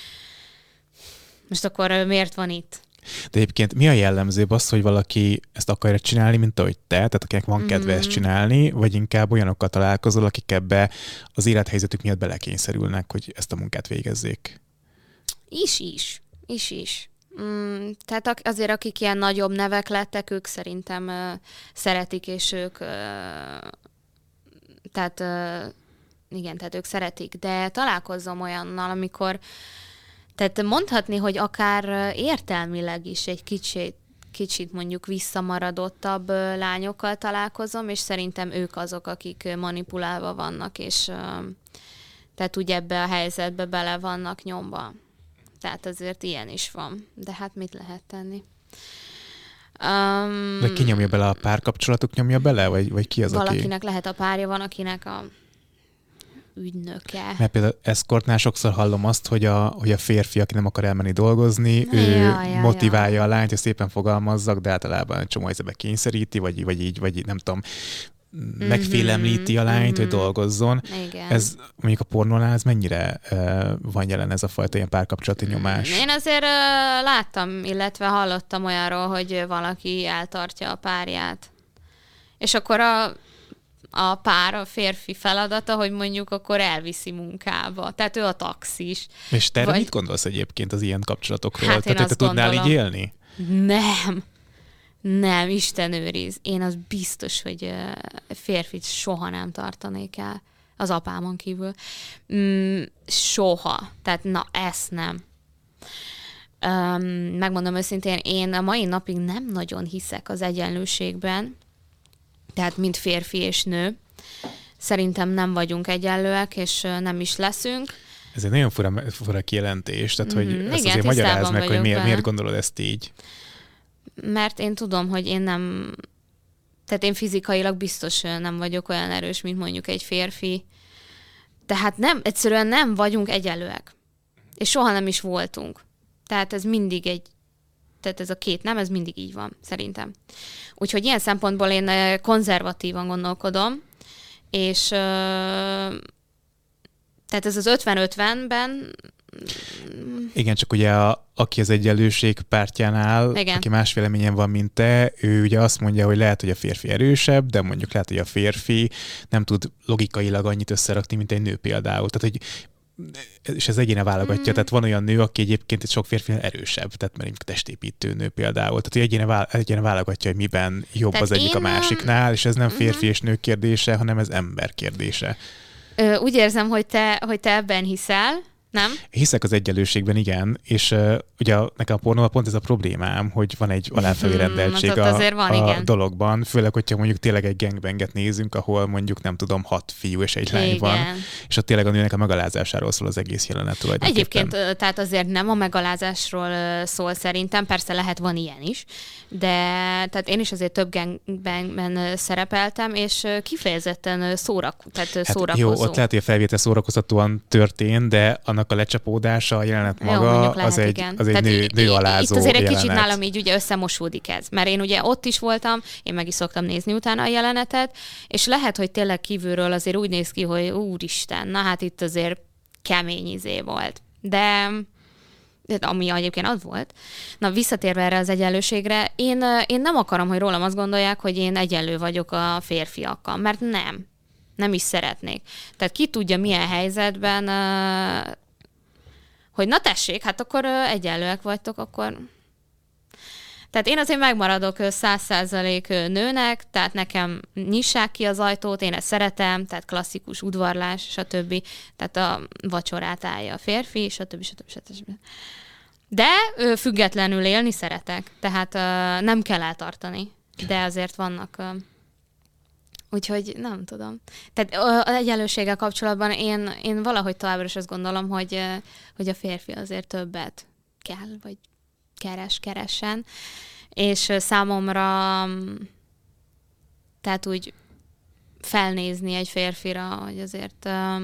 most akkor miért van itt? De egyébként mi a jellemzőbb az, hogy valaki ezt akarja csinálni, mint ahogy te, tehát akinek van kedve mm-hmm. ezt csinálni, vagy inkább olyanokkal találkozol, akik ebbe az élethelyzetük miatt belekényszerülnek, hogy ezt a munkát végezzék? Is-is. Is-is. Mm, tehát azért, akik ilyen nagyobb nevek lettek, ők szerintem uh, szeretik, és ők uh, tehát uh, igen, tehát ők szeretik, de találkozom olyannal, amikor tehát mondhatni, hogy akár értelmileg is egy kicsit, kicsit mondjuk visszamaradottabb uh, lányokkal találkozom, és szerintem ők azok, akik manipulálva vannak, és uh, tehát úgy ebbe a helyzetbe bele vannak nyomva. Tehát azért ilyen is van. De hát mit lehet tenni? Um, De ki nyomja bele, a párkapcsolatuk nyomja bele? Vagy, vagy ki az, valakinek aki... lehet a párja, van, akinek a ügynöke. Mert például eszkortnál sokszor hallom azt, hogy a, hogy a férfi, aki nem akar elmenni dolgozni, ja, ő ja, motiválja ja. a lányt, hogy szépen fogalmazzak, de általában egy csomó helyzetbe kényszeríti, vagy, vagy így, vagy nem tudom, mm-hmm, megfélemlíti a lányt, mm-hmm, hogy dolgozzon. Igen. Ez mondjuk a pornónál, ez mennyire uh, van jelen ez a fajta ilyen párkapcsolati nyomás? Én azért uh, láttam, illetve hallottam olyanról, hogy valaki eltartja a párját. És akkor a, a pár, a férfi feladata, hogy mondjuk akkor elviszi munkába. Tehát ő a taxis. És te vagy... mit gondolsz egyébként az ilyen kapcsolatokról? Hát Tehát te tudnál gondolom, így élni? Nem. Nem, Isten őriz. Én az biztos, hogy férfit soha nem tartanék el. Az apámon kívül. Mm, soha. Tehát na, ezt nem. Um, megmondom őszintén, én a mai napig nem nagyon hiszek az egyenlőségben. Tehát mint férfi és nő. Szerintem nem vagyunk egyenlőek, és nem is leszünk. Ez egy nagyon fura, fura kijelentés, tehát hogy Mm, ezt igen, azért magyarázd meg, hogy miért, vele. miért gondolod ezt így. Mert én tudom, hogy én nem... Tehát én fizikailag biztos nem vagyok olyan erős, mint mondjuk egy férfi. Tehát nem, egyszerűen nem vagyunk egyenlőek. És soha nem is voltunk. Tehát ez mindig egy... Tehát ez a két nem, ez mindig így van, szerintem. Úgyhogy ilyen szempontból én konzervatívan gondolkodom, és... Tehát ez az ötven-ötvenben... Igen, csak ugye a, aki az egyenlőség pártján áll, igen, aki más véleményen van, mint te, ő ugye azt mondja, hogy lehet, hogy a férfi erősebb, de mondjuk lehet, hogy a férfi nem tud logikailag annyit összerakni, mint egy nő például. Tehát, hogy és ez egyéne válogatja. Mm. Tehát van olyan nő, aki egyébként sok férfi erősebb, tehát mert testépítő nő például. Tehát, hogy egyéne, vál, egyéne válogatja, hogy miben jobb tehát az egyik én... a másiknál, és ez nem férfi mm. és nő kérdése, hanem ez ember kérdése. Ö, úgy érzem, hogy te, hogy te ebben hiszel, nem? Hiszek az egyenlőségben, igen, és uh, ugye nekem a pornóval pont ez a problémám, hogy van egy aláfelé rendeltség hmm, a, van, a igen. dologban, főleg, hogyha mondjuk tényleg egy gangbanget nézünk, ahol mondjuk nem tudom, hat fiú és egy lány igen. van, és ott tényleg a nőnek a megalázásáról szól az egész jelenet tulajdonképpen. Egyébként, tehát azért nem a megalázásról szól szerintem, persze lehet, van ilyen is, de tehát én is azért több gangbangben szerepeltem, és kifejezetten szórak, tehát hát szórakozó. Jó, ott lehet, hogy a felvétel szórakoztatóan történt, de annak a lecsapódása, a jelenet maga, jó, lehet, az egy, az egy nő, nőalázó Itt azért egy jelenet. kicsit nálam így ugye összemosódik ez, mert én ugye ott is voltam, én meg is szoktam nézni utána a jelenetet, és lehet, hogy tényleg kívülről azért úgy néz ki, hogy úristen, na hát itt azért kemény izé volt. De ami egyébként az volt. Na, visszatérve erre az egyenlőségre, én, én nem akarom, hogy rólam azt gondolják, hogy én egyenlő vagyok a férfiakkal, mert nem. Nem is szeretnék. Tehát ki tudja, milyen helyzetben, hogy na tessék, hát akkor egyenlőek vagytok, akkor... Tehát én azért megmaradok száz százalék nőnek, tehát nekem nyissák ki az ajtót, én ezt szeretem, tehát klasszikus udvarlás, stb. Tehát a vacsorát állja a férfi, stb. stb. stb. De függetlenül élni szeretek, tehát nem kell eltartani, de azért vannak... Úgyhogy nem tudom. Tehát az egyenlőséggel kapcsolatban én, én valahogy továbbra is azt gondolom, hogy, hogy a férfi azért többet kell, vagy keres, keressen. És számomra tehát úgy felnézni egy férfira, hogy azért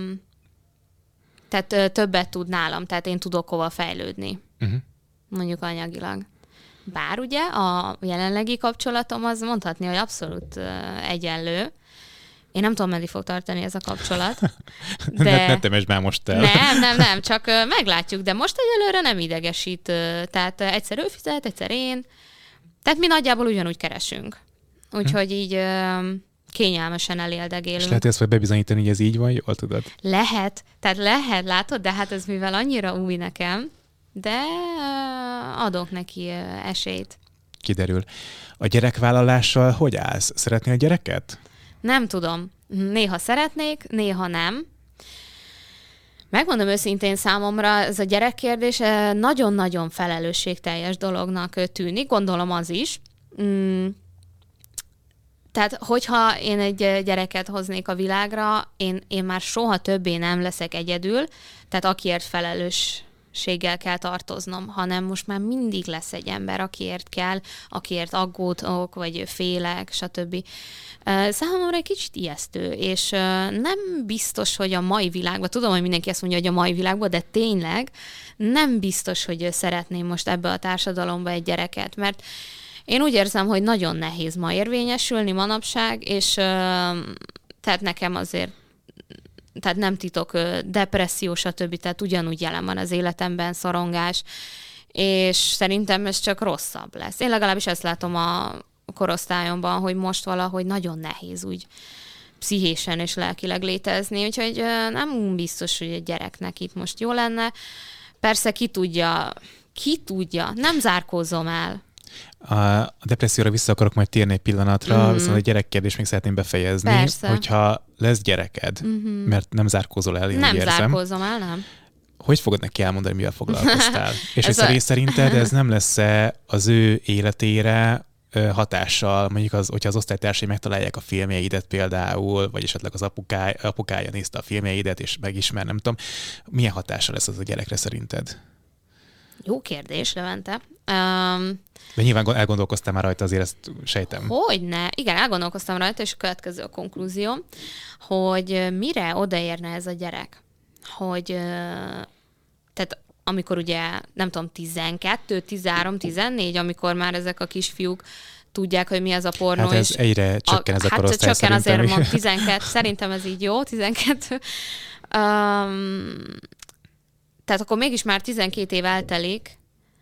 tehát többet tud nálam, tehát én tudok hova fejlődni. Uh-huh. Mondjuk anyagilag. Bár ugye a jelenlegi kapcsolatom az mondhatni, hogy abszolút uh, egyenlő. Én nem tudom, meddig fog tartani ez a kapcsolat. De... ne, ne temesd már most el. Nem, nem, nem, csak uh, meglátjuk, de most egyelőre nem idegesít. Uh, tehát uh, egyszer ő fizet, egyszer én. Tehát mi nagyjából ugyanúgy keresünk. Úgyhogy így uh, kényelmesen eléldegélünk. És lehet ezt vagy bebizonyítani, hogy ez így van, jól tudod? Lehet, tehát lehet, látod, de hát ez mivel annyira új nekem, de adok neki esélyt. Kiderül. A gyerekvállalással hogy állsz? Szeretnél gyereket? Nem tudom. Néha szeretnék, néha nem. Megmondom őszintén, számomra ez a gyerekkérdés nagyon-nagyon felelősségteljes dolognak tűnik, gondolom az is. Mm. Tehát, hogyha én egy gyereket hoznék a világra, én, én már soha többé nem leszek egyedül, tehát akiért felelősséggel kell tartoznom, hanem most már mindig lesz egy ember, akiért kell, akiért aggódok, vagy félek, stb. Számomra egy kicsit ijesztő, és nem biztos, hogy a mai világban, tudom, hogy mindenki ezt mondja, hogy a mai világban, de tényleg nem biztos, hogy szeretném most ebbe a társadalomba egy gyereket, mert én úgy érzem, hogy nagyon nehéz ma érvényesülni manapság, és tehát nekem azért, tehát nem titok, depresszió, stb. Tehát ugyanúgy jelen van az életemben, szorongás, és szerintem ez csak rosszabb lesz. Én legalábbis ezt látom a korosztályomban, hogy most valahogy nagyon nehéz úgy pszichésen és lelkileg létezni, úgyhogy nem biztos, hogy egy gyereknek itt most jó lenne. Persze ki tudja, ki tudja, nem zárkózom el. A depresszióra vissza akarok majd térni egy pillanatra, mm. viszont a gyerekkérdést még szeretném befejezni, Persze. hogyha lesz gyereked, mm-hmm. mert nem zárkózol el, én Nem úgy érzem. zárkózom el, nem. Hogy fogod neki elmondani, mivel foglalkoztál? És hogy a... szerinted ez nem lesz-e az ő életére hatással, mondjuk az, hogyha az osztálytársai megtalálják a filmjeidet például, vagy esetleg az apukája, apukája nézte a filmjeidet, és megismer, nem tudom, milyen hatással lesz az a gyerekre szerinted? Jó kérdés, Levente. Um, De nyilván elgondolkoztál már rajta, azért ezt sejtem. Hogyne. Igen, elgondolkoztam rajta, és a következő a konklúzió, hogy mire odaérne ez a gyerek. Hogy, tehát amikor ugye, nem tudom, tizenkettő, tizenhárom, tizennégy, amikor már ezek a kisfiúk tudják, hogy mi az a pornó. Hát ez egyre csökken ez a korosztály. Hát csökken szerintem. azért, mond tizenkettő, szerintem ez így jó, tizenkettő. Um, tehát akkor mégis már tizenkét év eltelik,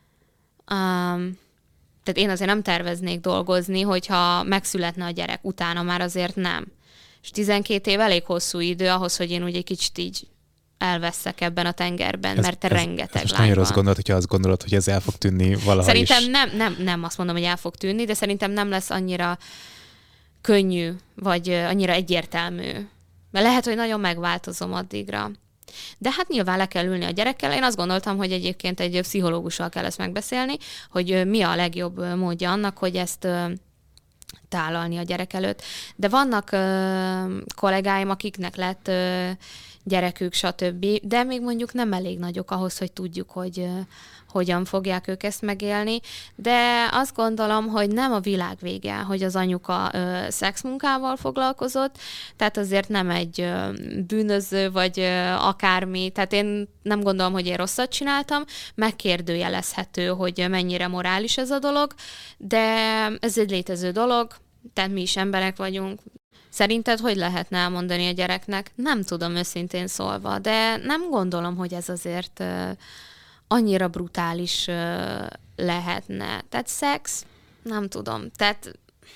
um, tehát én azért nem terveznék dolgozni, hogyha megszületne a gyerek, utána már azért nem. És tizenkét év elég hosszú idő ahhoz, hogy én úgy egy kicsit így elveszek ebben a tengerben, ez, mert ez, rengeteg ez lány nagyon van. rossz gondolat, hogyha azt gondolod, hogy ez el fog tűnni valaha Szerintem is. nem, nem, nem azt mondom, hogy el fog tűnni, de szerintem nem lesz annyira könnyű, vagy annyira egyértelmű. Mert lehet, hogy nagyon megváltozom addigra. De hát nyilván le kell ülni a gyerekkel. Én azt gondoltam, hogy egyébként egy pszichológussal kell ezt megbeszélni, hogy mi a legjobb módja annak, hogy ezt tálalni a gyerek előtt. De vannak ö, kollégáim, akiknek lett ö, gyerekük, stb., de még mondjuk nem elég nagyok ahhoz, hogy tudjuk, hogy ö, hogyan fogják ők ezt megélni, de azt gondolom, hogy nem a világ vége, hogy az anyuka ö, szexmunkával foglalkozott, tehát azért nem egy ö, bűnöző, vagy ö, akármi, tehát én nem gondolom, hogy én rosszat csináltam, megkérdőjelezhető, hogy mennyire morális ez a dolog, de ez egy létező dolog, tehát mi is emberek vagyunk. Szerinted hogy lehetne elmondani a gyereknek? Nem tudom őszintén szólva, de nem gondolom, hogy ez azért ö, annyira brutális ö, lehetne. Tehát szex? Nem tudom. Tehát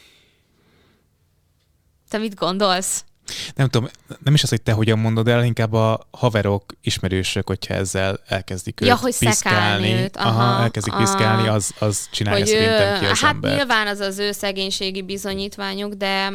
te mit gondolsz? Nem tudom, nem is az, hogy te hogyan mondod el, inkább a haverok, ismerősök, hogyha ezzel elkezdik őt ja, hogy piszkálni. őt. Aha, aha, elkezdik aha. piszkálni, az, az csinálja hogy szerintem ki az hát embert. Nyilván az az ő szegénységi bizonyítványuk, de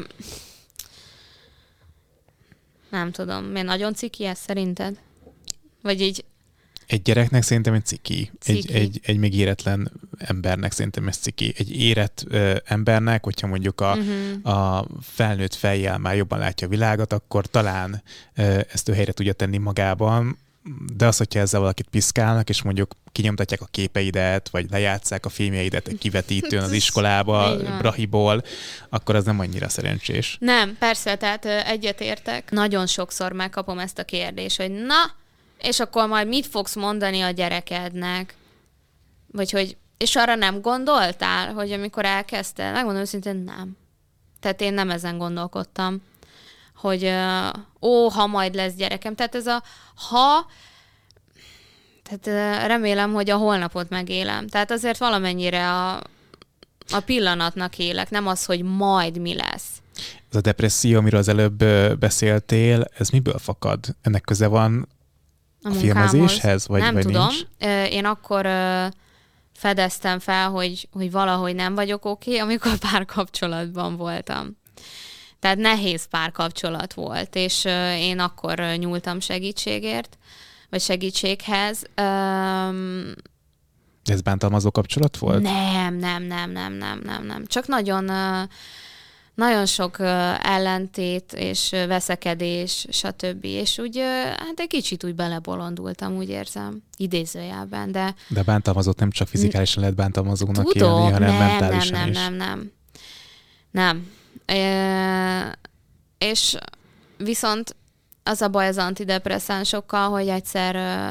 nem tudom, miért nagyon ciki ez szerinted? Vagy így egy gyereknek szerintem egy ciki. ciki. Egy, egy, egy még éretlen embernek szerintem ez ciki. Egy érett ö, embernek, hogyha mondjuk a, uh-huh. a felnőtt fejjel már jobban látja a világot, akkor talán ö, ezt ő helyre tudja tenni magában, de az, hogyha ezzel valakit piszkálnak, és mondjuk kinyomtatják a képeidet, vagy lejátsszák a filmjeidet egy kivetítőn az iskolába, Brahiból, akkor az nem annyira szerencsés. Nem, persze, tehát egyetértek. Nagyon sokszor megkapom ezt a kérdést, hogy na, és akkor majd mit fogsz mondani a gyerekednek? Vagy hogy, és arra nem gondoltál, hogy amikor elkezdtél? Megmondom őszintén, nem. Tehát én nem ezen gondolkodtam, hogy ó, ha majd lesz gyerekem. Tehát ez a ha, tehát remélem, hogy a holnapot megélem. Tehát azért valamennyire a, a pillanatnak élek, nem az, hogy majd mi lesz. Ez a depresszió, amiről az előbb beszéltél, ez miből fakad? Ennek köze van a, a filmezéshez? Vagy, nem vagy tudom. Nincs? Én akkor fedeztem fel, hogy, hogy valahogy nem vagyok oké, okay, amikor párkapcsolatban voltam. Tehát nehéz párkapcsolat volt, és én akkor nyúltam segítségért, vagy segítséghez. Um, Ez bántalmazó kapcsolat volt? Nem, nem, nem, nem, nem, nem, nem. Csak nagyon, nagyon sok ellentét és veszekedés, stb. És úgy, hát egy kicsit úgy belebolondultam, úgy érzem, idézőjelben, de... De bántalmazott nem csak fizikálisan lehet bántalmazónak tudom, élni, hanem nem, mentálisan nem, is. nem, nem, nem. Nem. E, és viszont az a baj az antidepresszánsokkal, hogy egyszer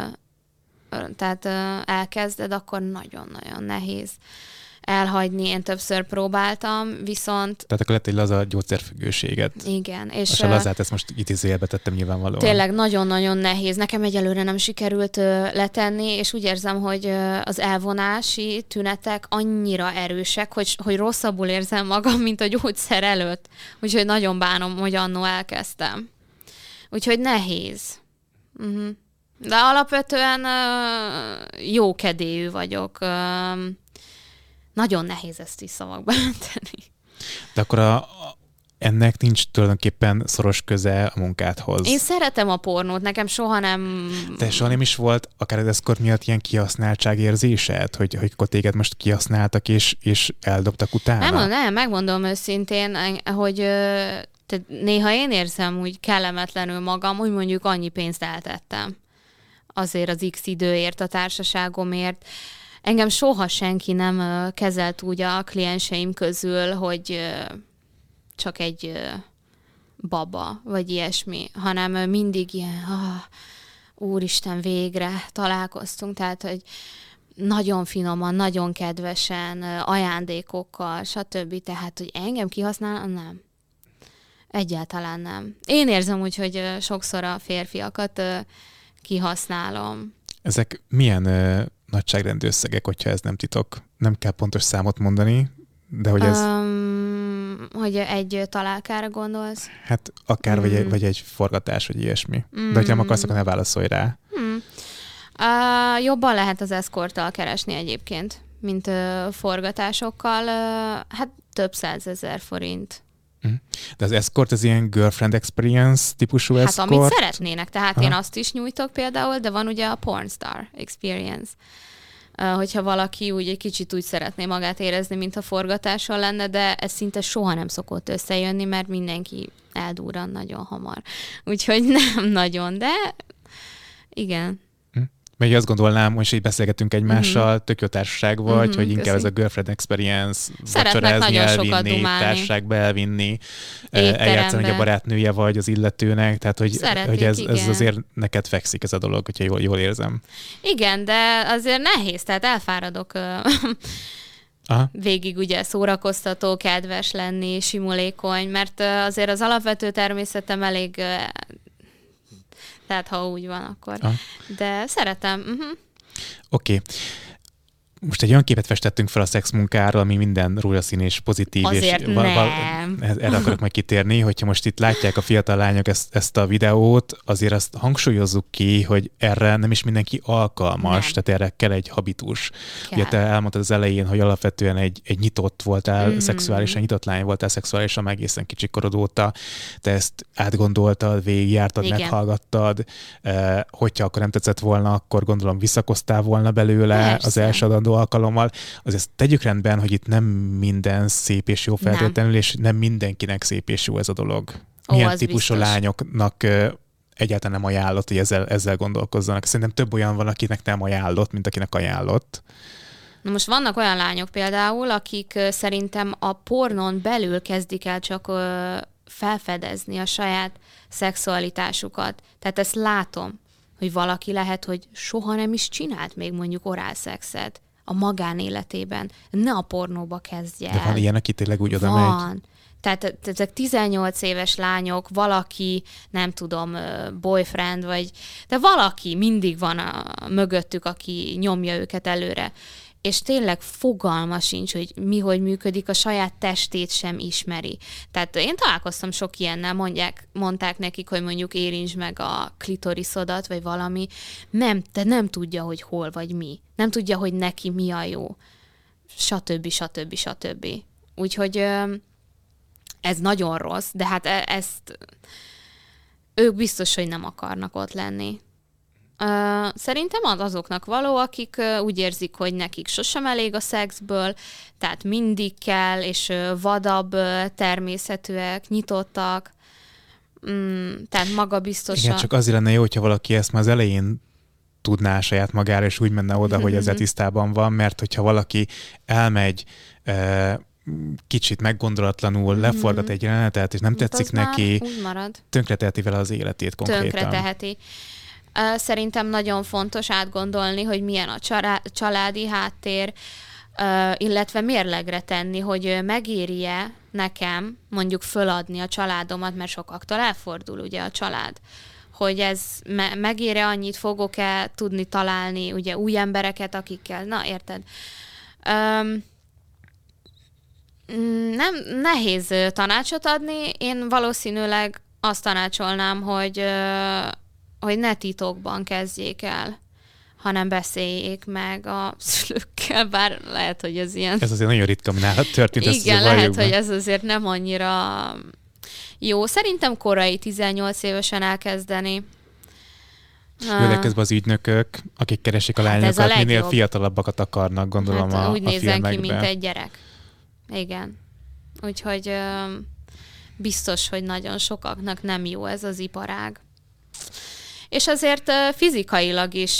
tehát elkezded, akkor nagyon-nagyon nehéz elhagyni. Én többször próbáltam, viszont... Tehát akkor lett egy laza gyógyszerfüggőséget. Igen. És most a lazát ezt most idézőjelbe tettem nyilvánvalóan. Tényleg nagyon-nagyon nehéz. Nekem egyelőre nem sikerült letenni, és úgy érzem, hogy az elvonási tünetek annyira erősek, hogy, hogy rosszabbul érzem magam, mint a gyógyszer előtt. Úgyhogy nagyon bánom, hogy annó elkezdtem. Úgyhogy nehéz. Uh-huh. De alapvetően uh, jókedélyű vagyok. Uh, nagyon nehéz ezt is szavakba önteni. De akkor a, ennek nincs tulajdonképpen szoros köze a munkádhoz. Én szeretem a pornót, nekem soha nem... De soha nem is volt akár az eszkort miatt ilyen kihasználtságérzésed, hogy, hogy akkor téged most kihasználtak és, és eldobtak utána? Nem, nem, megmondom őszintén, hogy tehát néha én érzem úgy kellemetlenül magam, hogy mondjuk annyi pénzt eltettem azért az X időért, a társaságomért. Engem soha senki nem kezelt úgy a klienseim közül, hogy csak egy baba, vagy ilyesmi, hanem mindig ilyen, ah, úristen, végre találkoztunk, tehát, hogy nagyon finoman, nagyon kedvesen, ajándékokkal, stb. Tehát, hogy engem kihasznál, nem. Egyáltalán nem. Én érzem úgy, hogy sokszor a férfiakat kihasználom. Ezek milyen ö, nagyságrendű összegek, hogyha ez nem titok? Nem kell pontos számot mondani, de hogy ez... Um, hogy egy találkára gondolsz? Hát akár, mm. vagy, egy, vagy egy forgatás, vagy ilyesmi. Mm. De hogyha nem akarsz, akkor ne válaszolj rá. Mm. Uh, jobban lehet az eszkorttal keresni egyébként, mint uh, forgatásokkal. Uh, hát több százezer forint. De az escort az ilyen girlfriend experience típusú hát escort? Hát amit szeretnének, tehát Aha. én azt is nyújtok például, de van ugye a pornstar experience. Uh, hogyha valaki úgy egy kicsit úgy szeretné magát érezni, mint a forgatáson lenne, de ez szinte soha nem szokott összejönni, mert mindenki eldurran nagyon hamar. Úgyhogy nem nagyon, de igen. Mert azt gondolnám, hogy így beszélgetünk egymással, uh-huh. tök jó társaság vagy, uh-huh, hogy inkább köszi. Ez a girlfriend experience, vacsorázni, elvinni, társaságba elvinni, eljátszani, hogy a barátnője vagy az illetőnek, tehát hogy, Szeretik, hogy ez, ez azért neked fekszik ez a dolog, hogyha jól, jól érzem. Igen, de azért nehéz, tehát elfáradok Aha. végig ugye szórakoztató, kedves lenni, simulékony, mert azért az alapvető természetem elég... Tehát, ha úgy van, akkor. Ah. De szeretem. Uh-huh. Oké. Okay. Most egy olyan képet festettünk fel a szexmunkáról, ami minden rózsaszín és pozitív. Azért és nem. Val- val- erre akarok majd kitérni, hogyha most itt látják a fiatal lányok ezt, ezt a videót, azért azt hangsúlyozzuk ki, hogy erre nem is mindenki alkalmas, nem. Tehát erre kell egy habitus. Kell. Ugye te elmondtad az elején, hogy alapvetően egy, egy nyitott voltál, mm. szexuálisan nyitott lány voltál, szexuálisan meg egészen kicsi korod óta. Te ezt átgondoltad, végigjártad, Igen. meghallgattad. Eh, hogyha akkor nem tetszett volna, akkor gondolom visszakoztál volna belőle Persze. az első adandó alkalommal. Azért tegyük rendben, hogy itt nem minden szép és jó feltétlenül, nem. és nem mindenkinek szép és jó ez a dolog. Milyen Ó, típusú biztos. Lányoknak uh, egyáltalán nem ajánlott, hogy ezzel, ezzel gondolkozzanak. Szerintem több olyan van, akinek nem ajánlott, mint akinek ajánlott. Na most vannak olyan lányok például, akik uh, szerintem a pornon belül kezdik el csak uh, felfedezni a saját szexualitásukat. Tehát ezt látom, hogy valaki lehet, hogy soha nem is csinált még mondjuk orálszexet a magánéletében. Ne a pornóba kezdje el. De van ilyen, aki tényleg úgy oda van. megy? Tehát ezek tizennyolc éves lányok, valaki, nem tudom, boyfriend, vagy, de valaki mindig van a mögöttük, aki nyomja őket előre. és tényleg fogalma sincs, hogy mi hogy működik, a saját testét sem ismeri. Tehát én találkoztam sok ilyennel, mondják, mondták nekik, hogy mondjuk érintsd meg a klitoriszodat, vagy valami. Nem, de nem tudja, hogy hol vagy mi. Nem tudja, hogy neki mi a jó. Stb. Stb. Stb. Úgyhogy ez nagyon rossz, de hát ezt ők biztos, hogy nem akarnak ott lenni. Uh, szerintem az azoknak való, akik uh, úgy érzik, hogy nekik sosem elég a szexből, tehát mindig kell, és uh, vadabb uh, természetűek, nyitottak, mm, tehát magabiztosan. Igen, csak azért lenne jó, hogyha valaki ezt már az elején tudná saját magára, és úgy menne oda, hogy ezzel tisztában van, mert hogyha valaki elmegy uh, kicsit meggondolatlanul, leforgat egy jelenetet, és nem tetszik neki, tönkreteheti vele az életét konkrétan. Tönkreteheti. Szerintem nagyon fontos átgondolni, hogy milyen a családi háttér, illetve mérlegre tenni, hogy megéri-e nekem mondjuk föladni a családomat, mert sokaktól elfordul ugye a család, hogy ez me- megéri annyit, fogok-e tudni találni ugye új embereket, akikkel, na érted. Um, nem nehéz tanácsot adni, én valószínűleg azt tanácsolnám, hogy hogy ne titokban kezdjék el, hanem beszéljék meg a szülőkkel, bár lehet, hogy ez ilyen... Ez azért nagyon ritka, nála történt. Igen, lehet, hogy ez azért nem annyira jó. Szerintem korai tizennyolc évesen elkezdeni. Jönnek közben az ügynökök, akik keresik a lányokat, hát minél fiatalabbakat akarnak, gondolom hát, a, úgy a nézzen filmekben. ki, mint egy gyerek. Igen. Úgyhogy biztos, hogy nagyon sokaknak nem jó ez az iparág. És azért fizikailag is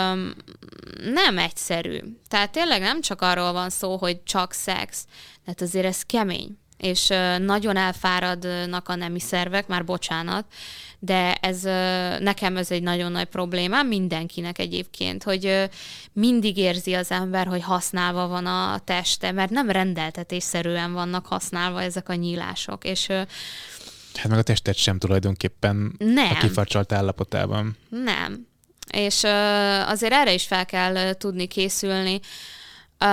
nem egyszerű. Tehát tényleg nem csak arról van szó, hogy csak szex. Tehát azért ez kemény. És nagyon elfáradnak a nemi szervek, már bocsánat, de ez nekem ez egy nagyon nagy problémám, mindenkinek egyébként, hogy mindig érzi az ember, hogy használva van a teste, mert nem rendeltetésszerűen vannak használva ezek a nyílások. És hát meg a testet sem tulajdonképpen nem. A kifarcsalt állapotában. Nem. És uh, azért erre is fel kell uh, tudni készülni. Uh,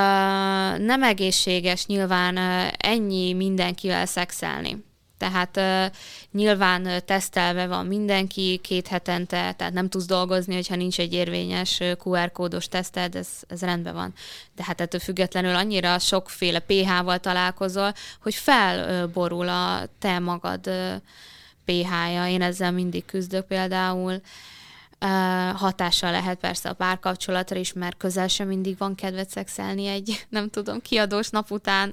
nem egészséges nyilván uh, ennyi mindenkivel szexelni. Tehát uh, nyilván uh, tesztelve van mindenki két hetente, tehát nem tudsz dolgozni, hogyha nincs egy érvényes uh, kú er kódos teszted, ez, ez rendben van. De hát ettől függetlenül annyira sokféle pé há-val találkozol, hogy felborul a te magad uh, pé há-ja. Én ezzel mindig küzdök például. Uh, hatással lehet persze a párkapcsolatra is, mert közel sem mindig van kedved szexelni egy, nem tudom, kiadós nap után.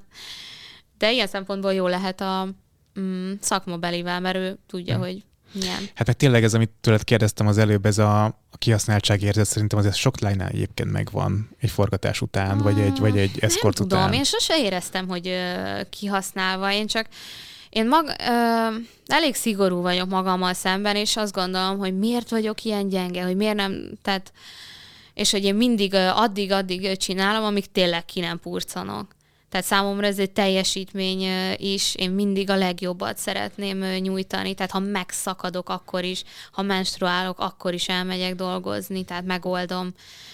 De ilyen szempontból jó lehet a mm, szakmabelivel, mert ő tudja, hmm. hogy milyen. Hát meg tényleg ez, amit tőled kérdeztem az előbb, ez a, a kihasználtságérzet, szerintem azért sok lánynál egyébként megvan egy forgatás után, hmm. vagy egy, vagy egy eszkort után. Nem tudom, én sose éreztem, hogy uh, kihasználva, én csak Én mag, ö, elég szigorú vagyok magammal szemben, és azt gondolom, hogy miért vagyok ilyen gyenge, hogy miért nem, tehát, és hogy én mindig addig-addig csinálom, amíg tényleg ki nem purcanok. Tehát számomra ez egy teljesítmény is, én mindig a legjobbat szeretném nyújtani, tehát ha megszakadok, akkor is, ha menstruálok, akkor is elmegyek dolgozni, tehát megoldom.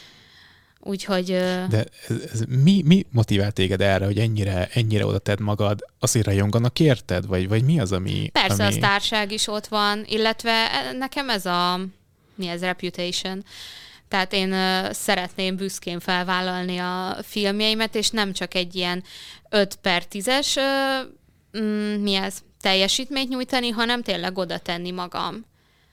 Úgyhogy... De ez, ez mi, mi motivál téged erre, hogy ennyire, ennyire oda tedd magad? Azért rajonganak érted? Vagy, vagy mi az, ami... Persze ami... a sztárság is ott van, illetve nekem ez a... Mi ez? Reputation. Tehát én uh, szeretném büszkén felvállalni a filmjeimet, és nem csak egy ilyen öt per tízes uh, mm, mi ez? Teljesítményt nyújtani, hanem tényleg oda tenni magam.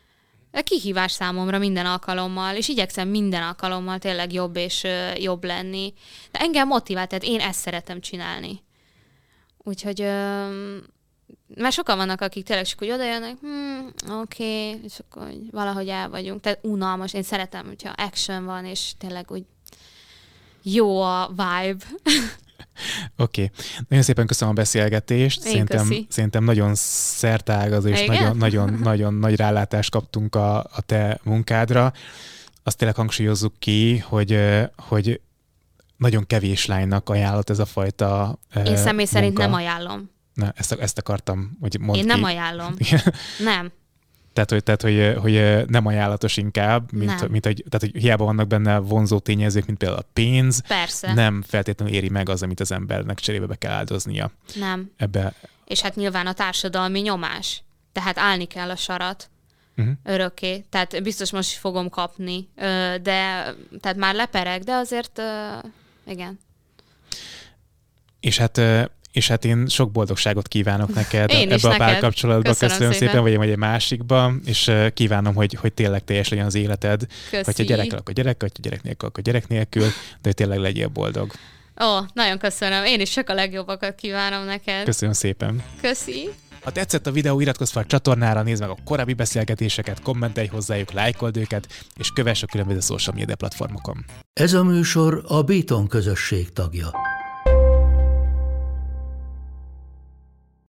A kihívás számomra minden alkalommal, és igyekszem minden alkalommal tényleg jobb és uh, jobb lenni. De engem motivál, tehát én ezt szeretem csinálni. Úgyhogy, uh, mert sokan vannak, akik tényleg csak úgy odajönnek, hmm, oké, okay, és akkor valahogy el vagyunk. Tehát unalmas, én szeretem, hogyha action van, és tényleg úgy jó a vibe. Oké. Okay. Nagyon szépen köszönöm a beszélgetést. Szerintem, szerintem nagyon szertágazó és nagyon, nagyon, nagyon nagy rálátást kaptunk a, a te munkádra. Azt tényleg hangsúlyozzuk ki, hogy, hogy nagyon kevés lánynak ajánlott ez a fajta Én személy munka. szerint nem ajánlom. Na, ezt, ezt akartam, hogy mondd Én ki. nem ajánlom. Nem. Tehát, hogy, tehát, hogy, hogy nem ajánlatos inkább, mint, Nem. mint hogy, tehát, hogy hiába vannak benne vonzó tényezők, mint például a pénz, Persze. nem feltétlenül éri meg az, amit az embernek cserébe be kell áldoznia. Nem. Ebbe... És hát nyilván a társadalmi nyomás. Tehát állni kell a sarat uh-huh. örökké. Tehát biztos most is fogom kapni, de tehát már lepereg, de azért igen. És hát És hát én sok boldogságot kívánok neked én ebbe a neked. párkapcsolatba. Köszönöm, Köszönöm szépen, szépen, vagy én vagy egy másikba, és kívánom, hogy, hogy tényleg teljes legyen az életed. Köszi. Hogyha gyerekkel, akkor gyerek, hogyha gyerek nélkül, akkor gyerek nélkül, de hogy tényleg legyél boldog. Ó, nagyon köszönöm. Én is csak a legjobbakat kívánom neked. Köszönöm szépen. Köszi. Ha tetszett a videó, iratkozz fel a csatornára, nézd meg a korábbi beszélgetéseket, kommentelj hozzájuk, lájkold őket, és kövess a különböző social media platformokon. Ez a műsor a Béton közösség tagja.